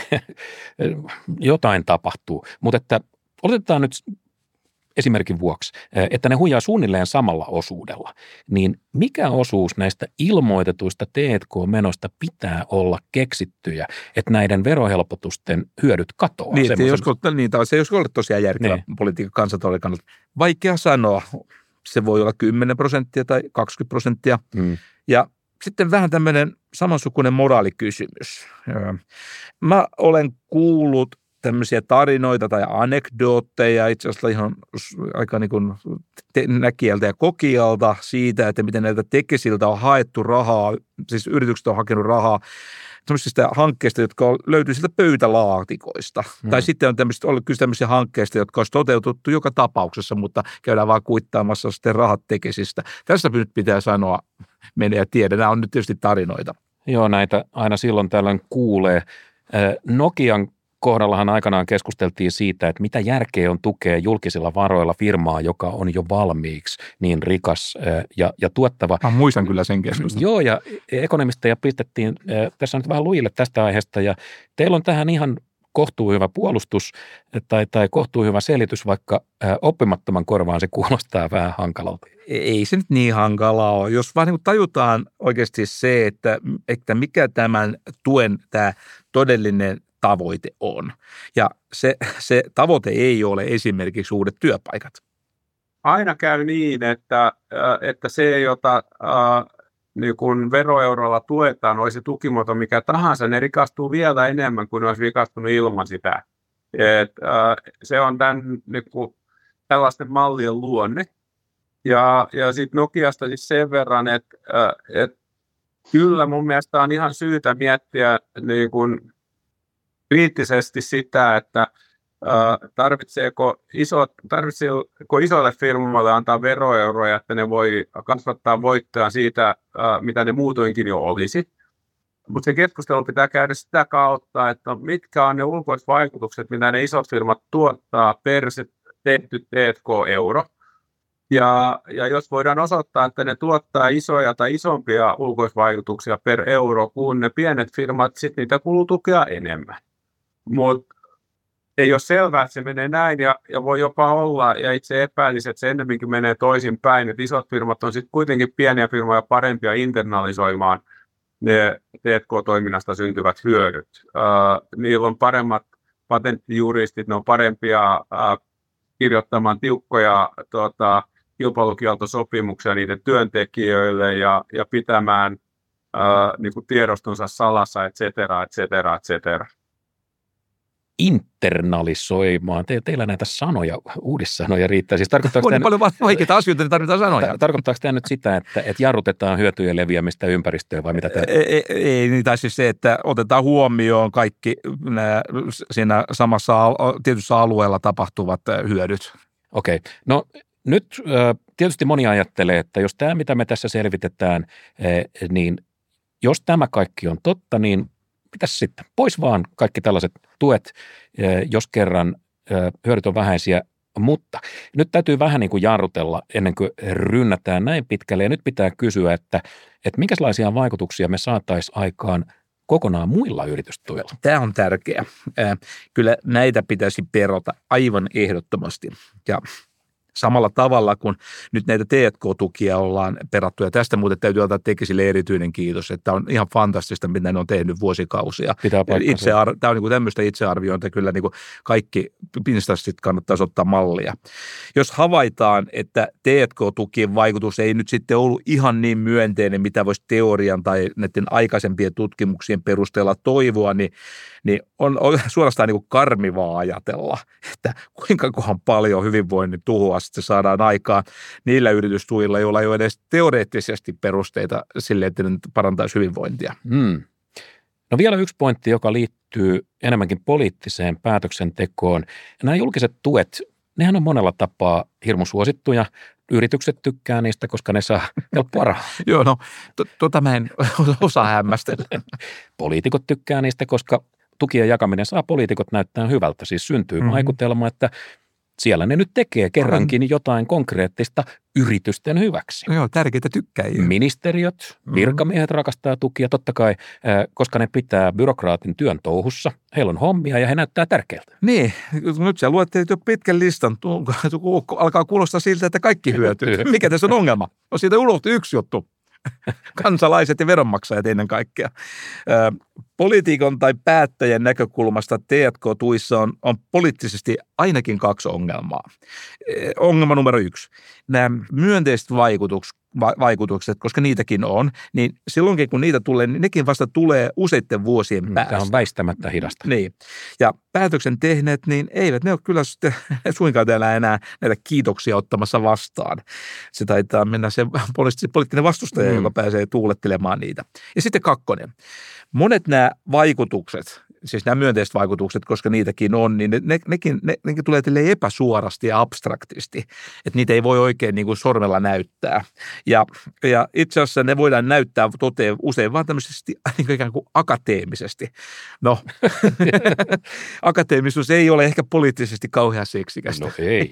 jotain tapahtuu, mutta että oletetaan nyt esimerkin vuoksi, että ne huijaa suunnilleen samalla osuudella, niin mikä osuus näistä ilmoitetuista T and K-menoista pitää olla keksittyjä, että näiden verohelpotusten hyödyt katoaa? Niin, se, joskus, niin se ei joskus ole tosiaan järkevä niin. Politiikan kansantalouden kannalta. Vaikea sanoa. Se voi olla kymmenen prosenttia tai kaksikymmentä prosenttia. Hmm. Ja sitten vähän tämmöinen samansukuinen moraalikysymys. Mä olen kuullut tämmöisiä tarinoita tai anekdootteja, itse asiassa ihan aika niin kuin näkijältä ja kokijalta siitä, että miten näiltä Tekesiltä on haettu rahaa, siis yritykset on hakenut rahaa tämmöisistä hankkeista, jotka löytyy sieltä pöytälaatikoista. Hmm. Tai sitten on tämmöistä, ollut kyse tämmöisiä hankkeista, jotka olisi toteutettu joka tapauksessa, mutta käydään vaan kuittaamassa sitten rahat Tekesistä. Tässä nyt pitää sanoa, menee ja tiedä. Nämä on nyt tietysti tarinoita. Joo, näitä aina silloin tällöin kuulee. Nokian kohdallahan aikanaan keskusteltiin siitä, että mitä järkeä on tukea julkisilla varoilla firmaa, joka on jo valmiiksi niin rikas ja, ja tuottava. Mä muistan kyllä sen keskustelun. Joo, ja ekonomisteja pistettiin tässä nyt vähän lujille tästä aiheesta, ja teillä on tähän ihan kohtuuhyvä puolustus tai, tai kohtuuhyvä selitys, vaikka oppimattoman korvaan se kuulostaa vähän hankalalta. Ei se nyt niin hankalaa ole. Jos vaan niin tajutaan oikeasti se, että, että mikä tämän tuen tämä todellinen tavoite on. Ja se, se tavoite ei ole esimerkiksi uudet työpaikat. Aina käy niin, että, että se, jota äh, niin kun veroeurolla tuetaan, olisi tukimuoto mikä tahansa, ne rikastuu vielä enemmän kuin ne olisi rikastunut ilman sitä. Et, äh, se on tämän, niin kun, tällaisten mallien luonne. Ja, ja sitten Nokiasta siis sen verran, että äh, et, kyllä mun mielestä on ihan syytä miettiä niin kun, kriittisesti sitä, että äh, tarvitseeko, iso, tarvitseeko isoille firmoille antaa veroeuroja, että ne voi kasvattaa voittoja siitä, äh, mitä ne muutoinkin jo olisi. Mutta se keskustelu pitää käydä sitä kautta, että mitkä on ne ulkoiset vaikutukset, mitä ne isot firmat tuottaa per se tehty T and K-euro. Ja, ja jos voidaan osoittaa, että ne tuottaa isoja tai isompia ulkoisvaikutuksia per euro kuin ne pienet firmat, sitten niitä kuluu tukea enemmän. Mutta ei ole selvää, että se menee näin ja, ja voi jopa olla, ja itse epäilisin, että se ennemminkin menee toisinpäin, että isot firmat on sitten kuitenkin pieniä firmoja parempia internalisoimaan ne T and K-toiminnasta syntyvät hyödyt. Uh, niillä on paremmat patenttijuristit, ne on parempia uh, kirjoittamaan tiukkoja tota, kilpailukieltosopimuksia niiden työntekijöille ja, ja pitämään uh, niin kuin tiedostonsa salassa, et cetera, et cetera, et cetera. Internalisoimaan. Te, teillä näitä sanoja, uudissanoja riittää. Siis tarkoittaako on niin paljon vaikeita asioita, niin tarvitaan sanoja. Ta- tarkoittaako tämä nyt sitä, että, että jarrutetaan hyötyjen leviämistä ympäristöön vai mitä tämä? Ei, ei, ei niin tai siis se, että otetaan huomioon kaikki nämä siinä samassa tietyssä alueella tapahtuvat hyödyt. Okei. Okay. No nyt tietysti moni ajattelee, että jos tämä, mitä me tässä selvitetään, niin jos tämä kaikki on totta, niin pitäisi sitten pois vaan kaikki tällaiset tuet, jos kerran hyödyt on vähäisiä, mutta nyt täytyy vähän niin kuin jarrutella ennen kuin rynnätään näin pitkälle ja nyt pitää kysyä, että, että minkälaisia vaikutuksia me saataisiin aikaan kokonaan muilla yritystuilla. Tämä on tärkeää. Kyllä näitä pitäisi perota aivan ehdottomasti ja Samalla tavalla, kun nyt näitä T and K-tukia ollaan perattu, ja tästä muuten täytyy antaa Tekesille erityinen kiitos, että on ihan fantastista, mitä ne on tehnyt vuosikausia. Itse ar- Tämä on niin tämmöistä itsearviointia, kyllä niin kaikki pinstastit kannattaisi ottaa mallia. Jos havaitaan, että T and K-tukien vaikutus ei nyt sitten ollut ihan niin myönteinen, mitä voisi teorian tai näiden aikaisempien tutkimuksien perusteella toivoa, niin, niin on, on suorastaan niin kuin karmivaa ajatella, että kuinka kohan paljon hyvinvoinnin tuhoa sitten saadaan aikaan niillä yritystuilla, joilla ei ole edes teoreettisesti perusteita sille, että ne parantaisi hyvinvointia. Hmm. No vielä yksi pointti, joka liittyy enemmänkin poliittiseen päätöksentekoon. Nämä julkiset tuet, nehän on monella tapaa hirmu suosittuja. Yritykset tykkää niistä, koska ne saa helppoa rahaa. Joo, no to, tota mä en osaa hämmästellä. Poliitikot tykkää niistä, koska tukien jakaminen saa poliitikot näyttää hyvältä. Siis syntyy mm-hmm. vaikutelma, että siellä ne nyt tekee kerrankin jotain konkreettista yritysten hyväksi. Joo, tärkeitä tykkäjiä. Ministeriöt, virkamiehet mm-hmm. rakastaa tukia, totta kai, koska ne pitää byrokraatin työn touhussa. Heillä on hommia ja he näyttää tärkeältä. Niin, nyt sä luettelit jo pitkän listan. Alkaa kuulostaa siltä, että kaikki hyötyy. Mikä tässä on ongelma? No siitä unohtui yksi juttu. Kansalaiset ja veronmaksajat ennen kaikkea. Poliitikon tai päättäjän näkökulmasta T and K-tuissa on, on poliittisesti ainakin kaksi ongelmaa. Ongelma numero yksi. Nämä myönteiset vaikutukset, vaikutukset, koska niitäkin on, niin silloinkin kun niitä tulee, niin nekin vasta tulee useiden vuosien päästä. Tämä on väistämättä hidasta. Niin. Ja päätöksen tehneet, niin eivät ne ole kyllä sitten suinkaan täällä enää näitä kiitoksia ottamassa vastaan. Se taitaa mennä se poliittinen vastustaja, mm. joka pääsee tuulettelemaan niitä. Ja sitten kakkonen. Monet nämä vaikutukset, siis nämä myönteiset vaikutukset, koska niitäkin on, niin ne, ne, nekin, ne, nekin tulee epäsuorasti ja abstraktisti, että niitä ei voi oikein niin kuin sormella näyttää. Ja, ja itse asiassa ne voidaan näyttää toteen usein vaan tämmöisesti ikään kuin akateemisesti. No, akateemisuus ei ole ehkä poliittisesti kauhean seksikästä. No ei.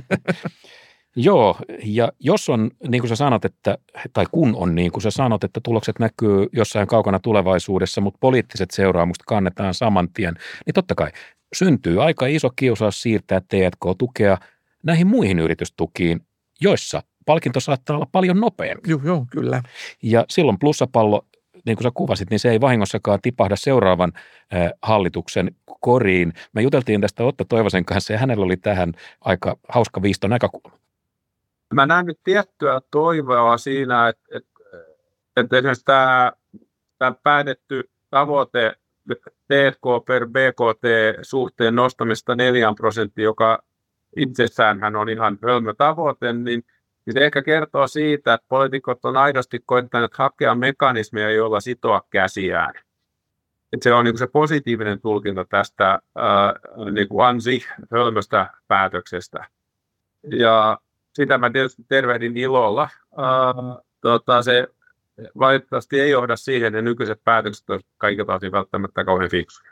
Joo, ja jos on, niin kuin sä sanot, että, tai kun on niin kuin sä sanot, että tulokset näkyy jossain kaukana tulevaisuudessa, mutta poliittiset seuraamukset kannetaan saman tien, niin totta kai syntyy aika iso kiusaus siirtää T and K-tukea näihin muihin yritystukiin, joissa palkinto saattaa olla paljon nopeampi. Joo, joo, kyllä. Ja silloin plussapallo, niin kuin sä kuvasit, niin se ei vahingossakaan tipahda seuraavan äh, hallituksen koriin. Me juteltiin tästä Otto Toivosen kanssa ja hänellä oli tähän aika hauska viisto näkökulma. Mä näen nyt tiettyä toivoa siinä, että, että, että esimerkiksi tämä, tämä päätetty tavoite T and K per B K T suhteen nostamista neljään prosenttiin, joka itsessäänhän on ihan hölmö tavoite, niin, niin se ehkä kertoo siitä, että poliitikot on aidosti koettaneet hakea mekanismeja, joilla sitoa käsiään. Että se on niin kuin se positiivinen tulkinta tästä ää, niin kuin ansi hölmöstä päätöksestä. Ja sitä mä tietysti tervehdin ilolla. Uh, tota, se valitettavasti ei johda siihen, että nykyiset päätökset ovat kaikilta osin välttämättä kauhean fiksuja.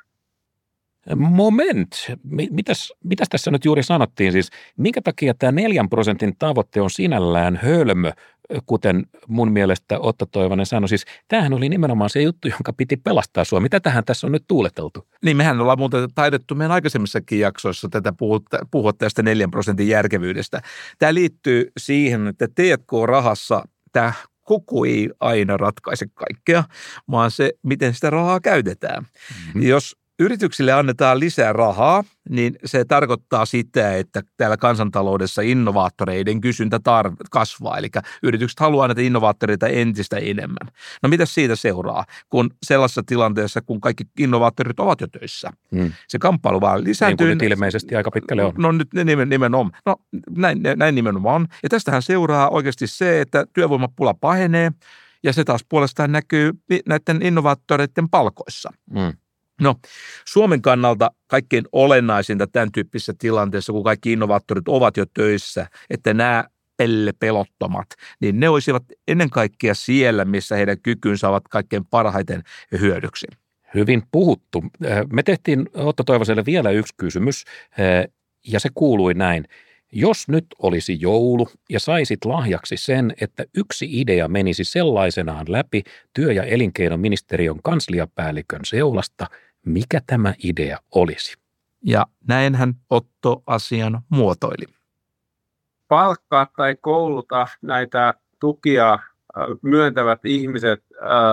Moment. Mitäs, mitäs tässä nyt juuri sanottiin? Siis, minkä takia tämä neljän prosentin tavoite on sinällään hölmö, kuten mun mielestä Otto Toivonen sanoi. Siis, tämähän oli nimenomaan se juttu, jonka piti pelastaa Suomi. Tätähän tässä on nyt tuuleteltu. Niin, mehän ollaan muuten taidettu meidän aikaisemmissakin jaksoissa tätä puhua tästä neljän prosentin järkevyydestä. Tämä liittyy siihen, että T and K-rahassa tämä koko ei aina ratkaise kaikkea, vaan se, miten sitä rahaa käytetään. Mm-hmm. Jos yrityksille annetaan lisää rahaa, niin se tarkoittaa sitä, että täällä kansantaloudessa innovaattoreiden kysyntä tar- kasvaa. Eli yritykset haluaa näitä innovaattoreita entistä enemmän. No mitä siitä seuraa, kun sellaisessa tilanteessa, kun kaikki innovaattorit ovat jo töissä. Hmm. Se kamppailu vaan lisääntyy. Niin kuin nyt ilmeisesti aika pitkälle on. No nyt nimenomaan. No näin, näin nimenomaan on. Ja tästähän seuraa oikeasti se, että työvoimapula pahenee ja se taas puolestaan näkyy näiden innovaattoreiden palkoissa. Hmm. No, Suomen kannalta kaikkein olennaisinta tämän tyyppisessä tilanteessa, kun kaikki innovaattorit ovat jo töissä, että nämä pellepelottomat, niin ne olisivat ennen kaikkea siellä, missä heidän kykynsä ovat kaikkein parhaiten hyödyksi. Hyvin puhuttu. Me tehtiin Otto Toivoselle vielä yksi kysymys, ja se kuului näin. Jos nyt olisi joulu ja saisit lahjaksi sen, että yksi idea menisi sellaisenaan läpi työ- ja elinkeinoministeriön kansliapäällikön seulasta, mikä tämä idea olisi? Ja näinhän Otto asian muotoili. palkkaa tai kouluta näitä tukia myöntävät ihmiset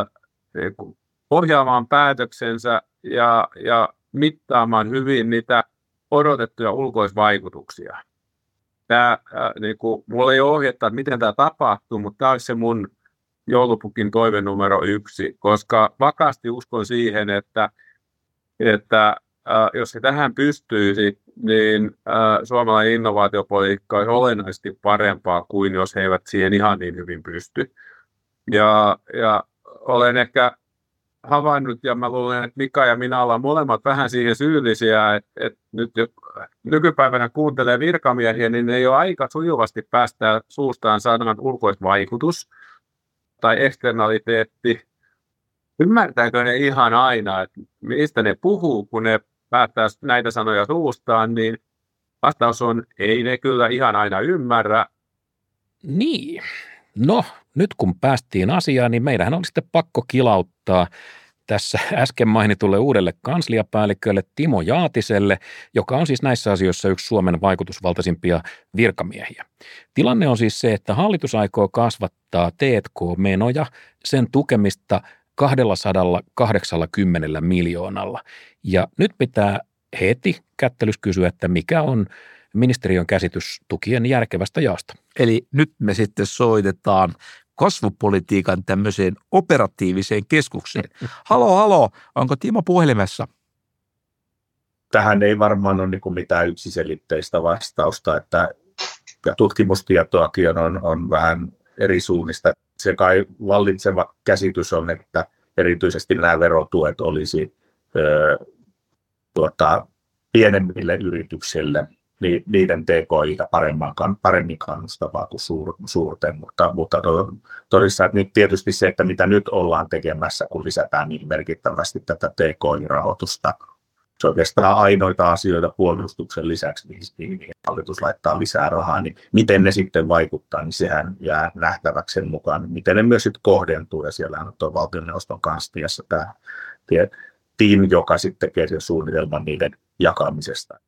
ohjaamaan päätöksensä ja, ja mittaamaan hyvin niitä odotettuja ulkoisvaikutuksia. Tämä, niin kuin, mulla ei ole ohjetta, että miten tämä tapahtuu, mutta tämä olisi se mun joulupukin toive numero yksi, koska vakaasti uskon siihen, että, että äh, jos se tähän pystyisi, niin äh, suomalainen innovaatiopolitiikka olisi olennaisesti parempaa kuin jos he eivät siihen ihan niin hyvin pysty. Ja, ja olen ehkä havainnut, ja mä luulen, että Mika ja minä ollaan molemmat vähän siihen syyllisiä, että, että nyt jos nykypäivänä kuuntelee virkamiehiä, niin ne ei ole aika sujuvasti päästää suustaan sanan ulkoisvaikutus tai eksternaliteetti. Ymmärtääkö ne ihan aina, että mistä ne puhuu, kun ne päättää näitä sanoja suustaan, niin vastaus on, ei ne kyllä ihan aina ymmärrä. Niin. No, nyt kun päästiin asiaan, niin meidähän on sitten pakko kilauttaa tässä äsken mainitulle uudelle kansliapäällikölle Timo Jaatiselle, joka on siis näissä asioissa yksi Suomen vaikutusvaltaisimpia virkamiehiä. Tilanne on siis se, että hallitus aikoo kasvattaa T and K-menoja, sen tukemista kaksisataakahdeksankymmentä miljoonalla. Ja nyt pitää heti kättelys kysyä, että mikä on ministeriön käsitys tukien järkevästä jaosta. Eli nyt me sitten soitetaan kasvupolitiikan tämmöiseen operatiiviseen keskukseen. Halo, halo, onko Timo puhelimessa? Tähän ei varmaan ole niin kuin mitään yksiselitteistä vastausta, että tutkimustietoakin on, on vähän eri suunnista. Se kai vallitseva käsitys on, että erityisesti nämä verotuet olisi ö, tuota, pienemmille yrityksille, niin niiden T K I paremmin kannustavaa kuin suur, suurten, mutta, mutta todistaa nyt tietysti se, että mitä nyt ollaan tekemässä, kun lisätään niin merkittävästi tätä T K I-rahoitusta. Se on oikeastaan ainoita asioita puolustuksen lisäksi, mihin hallitus laittaa lisää rahaa, niin miten ne sitten vaikuttaa, niin sehän jää nähtäväksi sen mukaan, miten ne myös sitten kohdentuu, ja siellä on tuo valtioneuvoston kansliassa tämä team, joka sitten tekee sen suunnitelman niiden jakamisesta.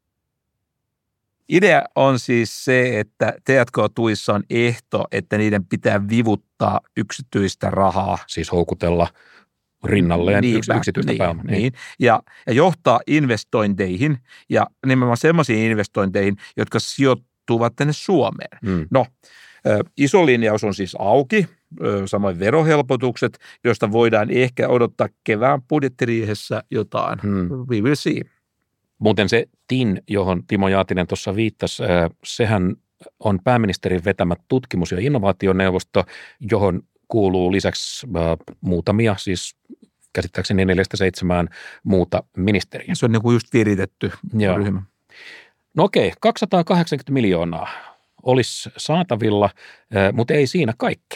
Idea on siis se, että T and K-tuissa on ehto, että niiden pitää vivuttaa yksityistä rahaa. Siis houkutella rinnalleen niin, yks, yksityistä niin, pääomaa. Niin. Niin. Ja, ja johtaa investointeihin ja nimenomaan sellaisiin investointeihin, jotka sijoittuvat tänne Suomeen. Hmm. No, iso linjaus on siis auki, samoin verohelpotukset, joista voidaan ehkä odottaa kevään budjettiriihessä jotain. Hmm. We will see. Muuten se T I N, johon Timo Jaatinen tuossa viittasi, sehän on pääministerin vetämä tutkimus- ja innovaationeuvosto, johon kuuluu lisäksi muutamia, siis käsittääkseni neljästä seitsemään muuta ministeriä. Se on niin kuin just viritetty Joo. ryhmä. No okei, kaksisataakahdeksankymmentä miljoonaa olisi saatavilla, mutta ei siinä kaikki.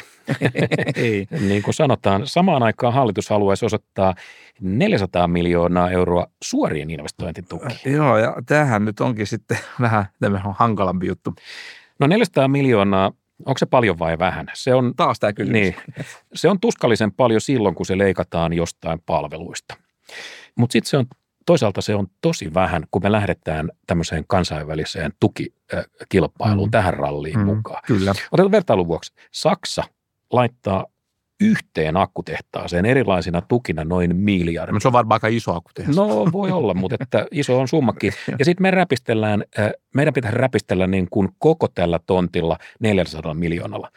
Ei. Niin kuin sanotaan, samaan aikaan hallitus haluaisi osoittaa neljäsataa miljoonaa euroa suorien investointitukiin. Joo, ja tämähän nyt onkin sitten vähän tämmöinen hankalampi juttu. No neljäsataa miljoonaa, onko se paljon vai vähän? Se on, taas tämä kysymys. Niin, se on tuskallisen paljon silloin, kun se leikataan jostain palveluista. Mutta sitten se on, toisaalta se on tosi vähän, kun me lähdetään tämmöiseen kansainväliseen tukikilpailuun, mm. tähän ralliin mm, mukaan. Kyllä. Otetaan vertailun vuoksi. Saksa laittaa yhteen akkutehtaaseen erilaisina tukina noin miljardia. Se on varmaan aika iso akkutehdas. No voi olla, mutta että iso on summakin. Ja sitten me räpistellään, meidän pitäisi räpistellä niin kuin koko tällä tontilla neljäsataa miljoonalla.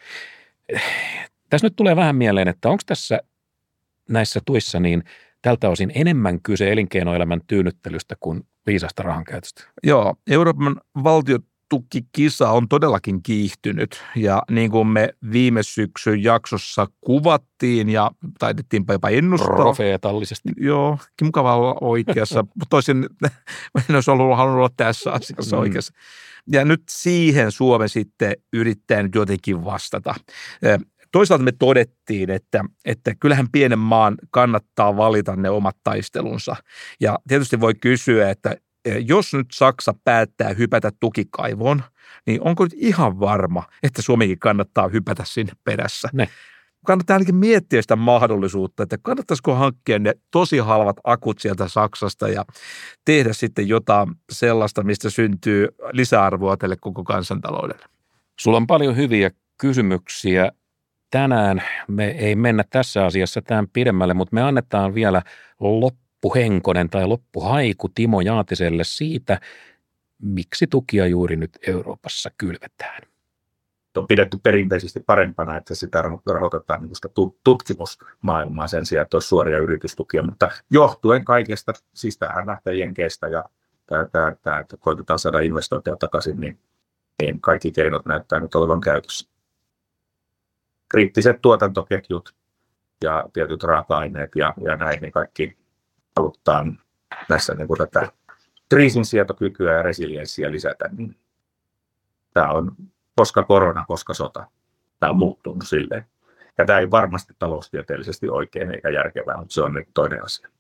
Tässä nyt tulee vähän mieleen, että onko tässä näissä tuissa niin tältä osin enemmän kyse elinkeinoelämän tyynnyttelystä kuin viisasta rahankäytöstä? Joo, Euroopan valtiotukikisa on todellakin kiihtynyt ja niin kuin me viime syksyn jaksossa kuvattiin ja taidettiin jopa ennustaa. Profeetallisesti. Joo, mukava olla oikeassa. Toisin en olisi ollut halunnut olla tässä asiassa mm. oikeassa. Ja nyt siihen Suomi sitten yrittää nyt jotenkin vastata. Toisaalta me todettiin, että, että kyllähän pienen maan kannattaa valita ne omat taistelunsa. Ja tietysti voi kysyä, että jos nyt Saksa päättää hypätä tukikaivoon, niin onko nyt ihan varma, että Suomikin kannattaa hypätä sinne perässä? Ne. Kannattaa ainakin miettiä sitä mahdollisuutta, että kannattaisiko hankkia ne tosi halvat akut sieltä Saksasta ja tehdä sitten jotain sellaista, mistä syntyy lisäarvoa tälle koko kansantaloudelle. Sulla on paljon hyviä kysymyksiä. Tänään me ei mennä tässä asiassa tämän pidemmälle, mutta me annetaan vielä loppuhenkonen tai loppuhaiku Timo Jaatiselle siitä, miksi tukia juuri nyt Euroopassa kylvetään. On pidetty perinteisesti parempana, että sitä rahoitetaan niin sitä tutkimusmaailmaa sen sijaan, että olisi suoria yritystukia, mutta johtuen kaikesta, siis tähän lähtee jenkeistä ja tämä, tämä, että koitetaan saada investointeja takaisin, niin, niin kaikki keinot näyttää nyt olevan käytössä. Kriittiset tuotantoketjut ja tietyt raaka-aineet ja, ja näin, niin kaikki halutaan näissä niin kuin tätä kriisinsietokykyä ja resilienssiä lisätä. Niin tämä on koska korona, koska sota. Tämä on muuttunut silleen. Ja tämä ei varmasti taloustieteellisesti oikein eikä järkevää, mutta se on nyt toinen asia.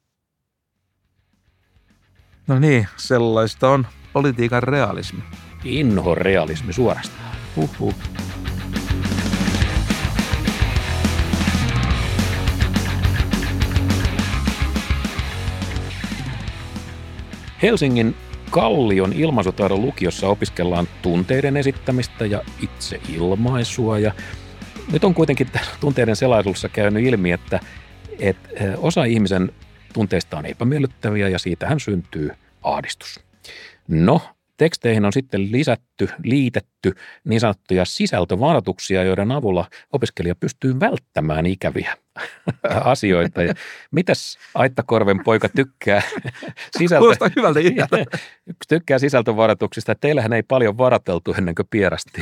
No niin, sellaista on politiikan realismi. Inho realismi suorastaan. Huhhuh. Helsingin Kallion ilmaisutaidon lukiossa opiskellaan tunteiden esittämistä ja itseilmaisua. Ja nyt on kuitenkin tunteiden selaisuudessa käynyt ilmi, että, että osa ihmisen tunteista on epämiellyttäviä ja siitähän syntyy ahdistus. No, teksteihin on sitten lisätty, liitetty niin sanottuja sisältövaroituksia, joiden avulla opiskelija pystyy välttämään ikäviä asioita. Ja mitäs Aittakorven poika tykkää sisältö... Kuulostaa hyvältä idealta. tykkää sisältövaroituksista. Teillähän ei paljon varateltu ennen kuin pierastiin.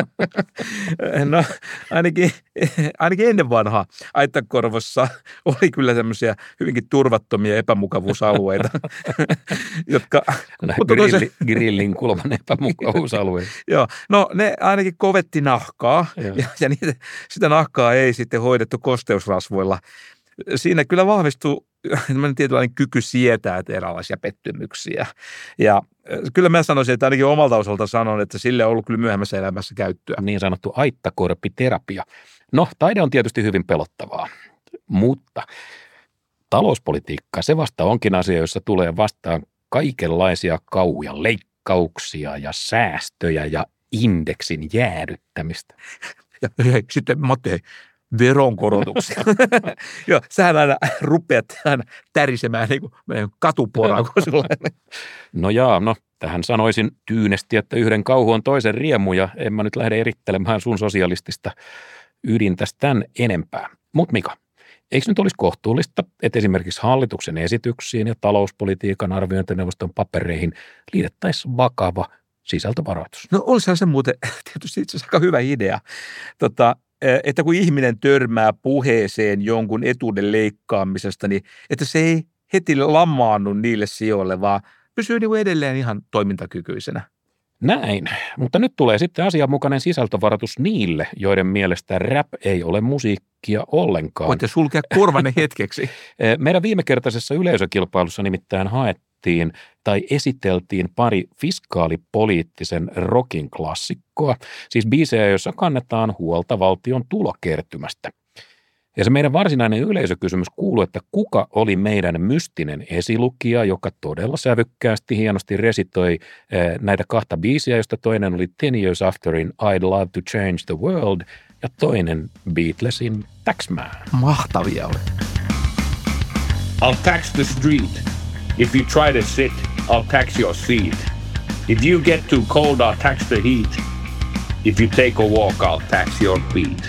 No ainakin, ainakin ennen vanhaa Aittakorvassa oli kyllä tämmöisiä hyvinkin turvattomia epämukavuusalueita, jotka... Grilli, toisen... Grillin kulman epämukavuusalueita. Joo, no ne ainakin kovetti nahkaa ja, ja niitä, sitä nahkaa ei sitten hoidettu kosteusrasvoilla. Siinä kyllä vahvistuu tietynlainen kyky sietää erilaisia pettymyksiä. Ja kyllä mä sanoisin, että ainakin omalta osalta sanon, että sille on ollut kyllä myöhemmässä elämässä käyttöä. Niin sanottu aittakorpiterapia. No, taide on tietysti hyvin pelottavaa, mutta talouspolitiikka, se vasta onkin asia, jossa tulee vastaan kaikenlaisia kauhuja, leikkauksia ja säästöjä ja indeksin jäädyttämistä. Ja hei, sitten Matti, hei, veronkorotuksia. Joo, sähän aina rupeat aina tärisemään niin kuin katuporaa. No jaa, no tähän sanoisin tyynesti, että yhden kauhu on toisen riemu ja en mä nyt lähde erittelemään sun sosialistista ydintä tämän enempää. Mut Mika, eikö nyt olisi kohtuullista, että esimerkiksi hallituksen esityksiin ja talouspolitiikan arviointineuvoston papereihin liitettäisiin vakava sisältövaroitus? No olisihan se muuten tietysti itse asiassa aika hyvä idea, tota, että kun ihminen törmää puheeseen jonkun etuuden leikkaamisesta, niin että se ei heti lamaannu niille sijoille, vaan pysyy niin edelleen ihan toimintakykyisenä. Näin, mutta nyt tulee sitten asianmukainen sisältövaroitus niille, joiden mielestä rap ei ole musiikkia ollenkaan. Voitte sulkea korvanne hetkeksi. Meidän viimekertaisessa yleisökilpailussa nimittäin haettiin tai esiteltiin pari fiskaalipoliittisen rockin klassikkoa, siis biisejä, joissa kannetaan huolta valtion tulokertymästä. Ja se meidän varsinainen yleisökysymys kuuluu, että kuka oli meidän mystinen esilukija, joka todella sävykkäästi hienosti resitoi näitä kahta biisiä, josta toinen oli Ten Years Afterin I'd Love to Change the World ja toinen Beatlesin Taxman. Mahtavia oli. I'll tax the street. If you try to sit, I'll tax your seat. If you get too cold, I'll tax the heat. If you take a walk, I'll tax your feet.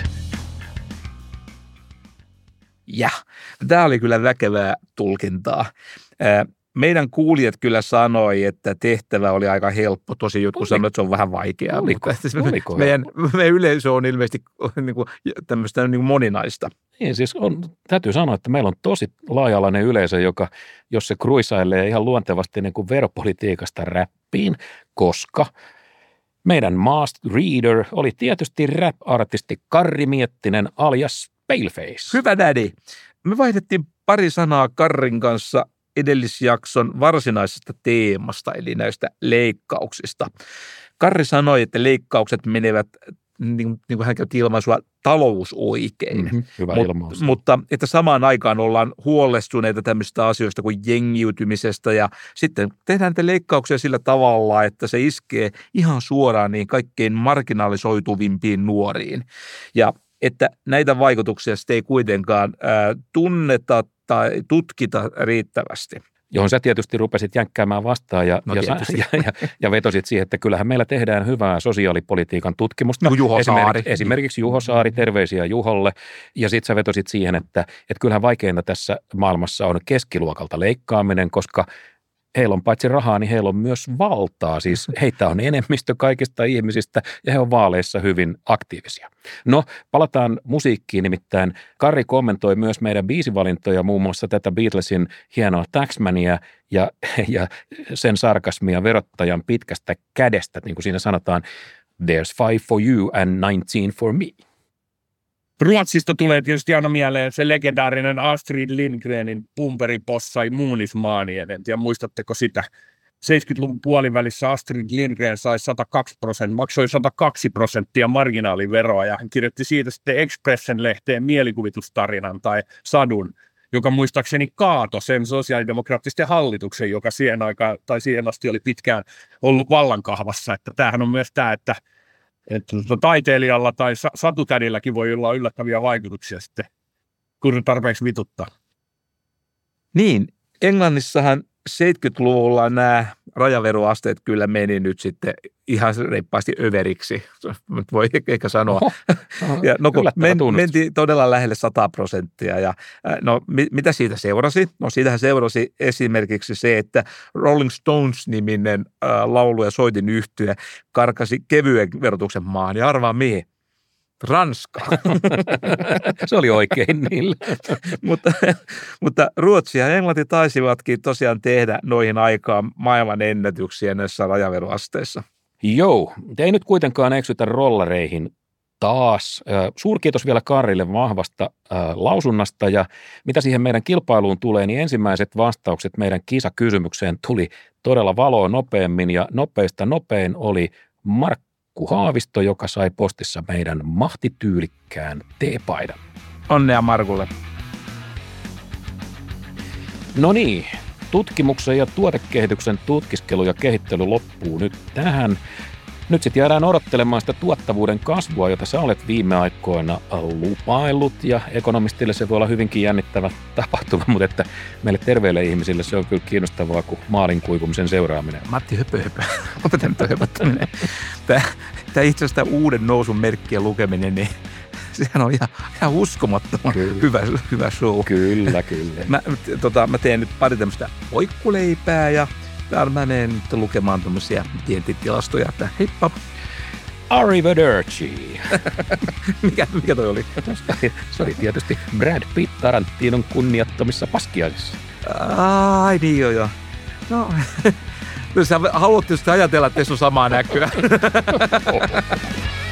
Ja, tämä oli kyllä väkevää tulkintaa. Meidän kuulijat kyllä sanoi, että tehtävä oli aika helppo. Tosi jotkut sanoivat, että se on vähän vaikeaa. Oliko? Oliko? Meidän, meidän yleisö on ilmeisesti niin kuin, tämmöistä niin kuin moninaista. Niin, siis on, täytyy sanoa, että meillä on tosi laaja-alainen yleisö, joka, jos se kruisailee ihan luontevasti niin kuin veropolitiikasta räppiin, koska meidän Masked Reader oli tietysti rap-artisti Karri Miettinen alias Paleface. Hyvä daddy. Me vaihdettiin pari sanaa Karrin kanssa edellisjakson varsinaisesta teemasta, eli näistä leikkauksista. Karri sanoi, että leikkaukset menevät, niin kuin hän käytti ilmaisua, talous oikein. Mm-hmm, hyvä Mut, ilmaus. mutta että samaan aikaan ollaan huolestuneita tämmöistä asioista kuin jengiytymisestä ja sitten tehdään näitä leikkauksia sillä tavalla, että se iskee ihan suoraan niin kaikkein marginalisoituvimpiin nuoriin. Ja että näitä vaikutuksia sitten ei kuitenkaan ää, tunneta tai tutkita riittävästi. Johon sä tietysti rupesit jänkkäämään vastaan ja, No ja, ja, ja, ja vetosit siihen, että kyllähän meillä tehdään hyvää sosiaalipolitiikan tutkimusta. No Juho Saari. Esimerkiksi, esimerkiksi Juho Saari, terveisiä Juholle. Ja sitten sä vetosit siihen, että, että kyllähän vaikeinta tässä maailmassa on keskiluokalta leikkaaminen, koska heillä on paitsi rahaa, niin heillä on myös valtaa. Siis heitä on enemmistö kaikista ihmisistä ja he on vaaleissa hyvin aktiivisia. No, palataan musiikkiin, nimittäin Karri kommentoi myös meidän biisivalintoja, muun muassa tätä Beatlesin hienoa Taxmania ja, ja sen sarkasmia verottajan pitkästä kädestä, niin kuin siinä sanotaan, there's five for you and nineteen for me. Ruotsista tulee tietysti aina mieleen se legendaarinen Astrid Lindgrenin Pumperipossa Muunismaanien. En tiedä, muistatteko sitä? seitsemänkymmentäluvun puolivälissä Astrid Lindgren sai sata kaksi prosenttia, maksoi sata kaksi prosenttia marginaaliveroa ja hän kirjoitti siitä sitten Expressen-lehteen mielikuvitustarinan tai sadun, joka muistaakseni kaato sen sosiaalidemokraattisten hallituksen, joka siihen aikaan tai siihen asti oli pitkään ollut vallankahvassa. Että tämähän on myös tämä, että Että taiteilijalla tai satutädilläkin voi olla yllättäviä vaikutuksia sitten, kun tarpeeksi vituttaa. Niin, Englannissahan seitsemänkymmentäluvulla nämä rajaveroasteet kyllä meni nyt sitten ihan reippaasti överiksi, voi ehkä sanoa. Oho, oho, ja no, kun men, tunnustus. mentiin todella lähelle sata prosenttia. Ja, no, mit, mitä siitä seurasi? No siitähän seurasi esimerkiksi se, että Rolling Stones-niminen äh, laulu- ja soitin yhtye karkasi kevyen verotuksen maan. Ja arvaa mihin? Ranska. Se oli oikein niille. mutta, mutta Ruotsi ja Englanti taisivatkin tosiaan tehdä noihin aikaan maailman ennätyksiä näissä rajaveroasteissa. Joo, ei nyt kuitenkaan eksytä rollareihin taas. Suurkiitos vielä Karrille vahvasta äh, lausunnasta ja mitä siihen meidän kilpailuun tulee, niin ensimmäiset vastaukset meidän kisakysymykseen tuli todella valoa nopeammin ja nopeista nopein oli Markku Haavisto, joka sai postissa meidän mahtityylikkään teepaidan. Onnea Markulle. No niin, tutkimuksen ja tuotekehityksen tutkiskelu ja kehittely loppuu nyt tähän. Nyt sitten jäädään odottelemaan sitä tuottavuuden kasvua, jota sä olet viime aikoina lupaillut, ja ekonomistille se voi olla hyvinkin jännittävä tapahtuma, mutta että meille terveille ihmisille se on kyllä kiinnostavaa kuin maalin kuivumisen seuraaminen. Matti, höpö, höpö. Lopetan nyt höpöttäminen. Tämä, tämä itse asiassa tämä uuden nousun merkkien lukeminen, niin sehän on ihan, ihan uskomattoman hyvä, hyvä show. Kyllä, kyllä. Mä, tota, mä teen nyt pari tämmöistä oikkuleipää ja täällä mä menen nyt lukemaan tämmöisiä vientitilastoja, että heippa. Arrivederci. mikä, mikä toi oli? Se oli tietysti Brad Pitt Tarantinon kunniattomissa paskiaisissa. Ai niin joo joo. No, sä haluat tietysti ajatella, että tässä on samaa näkyä.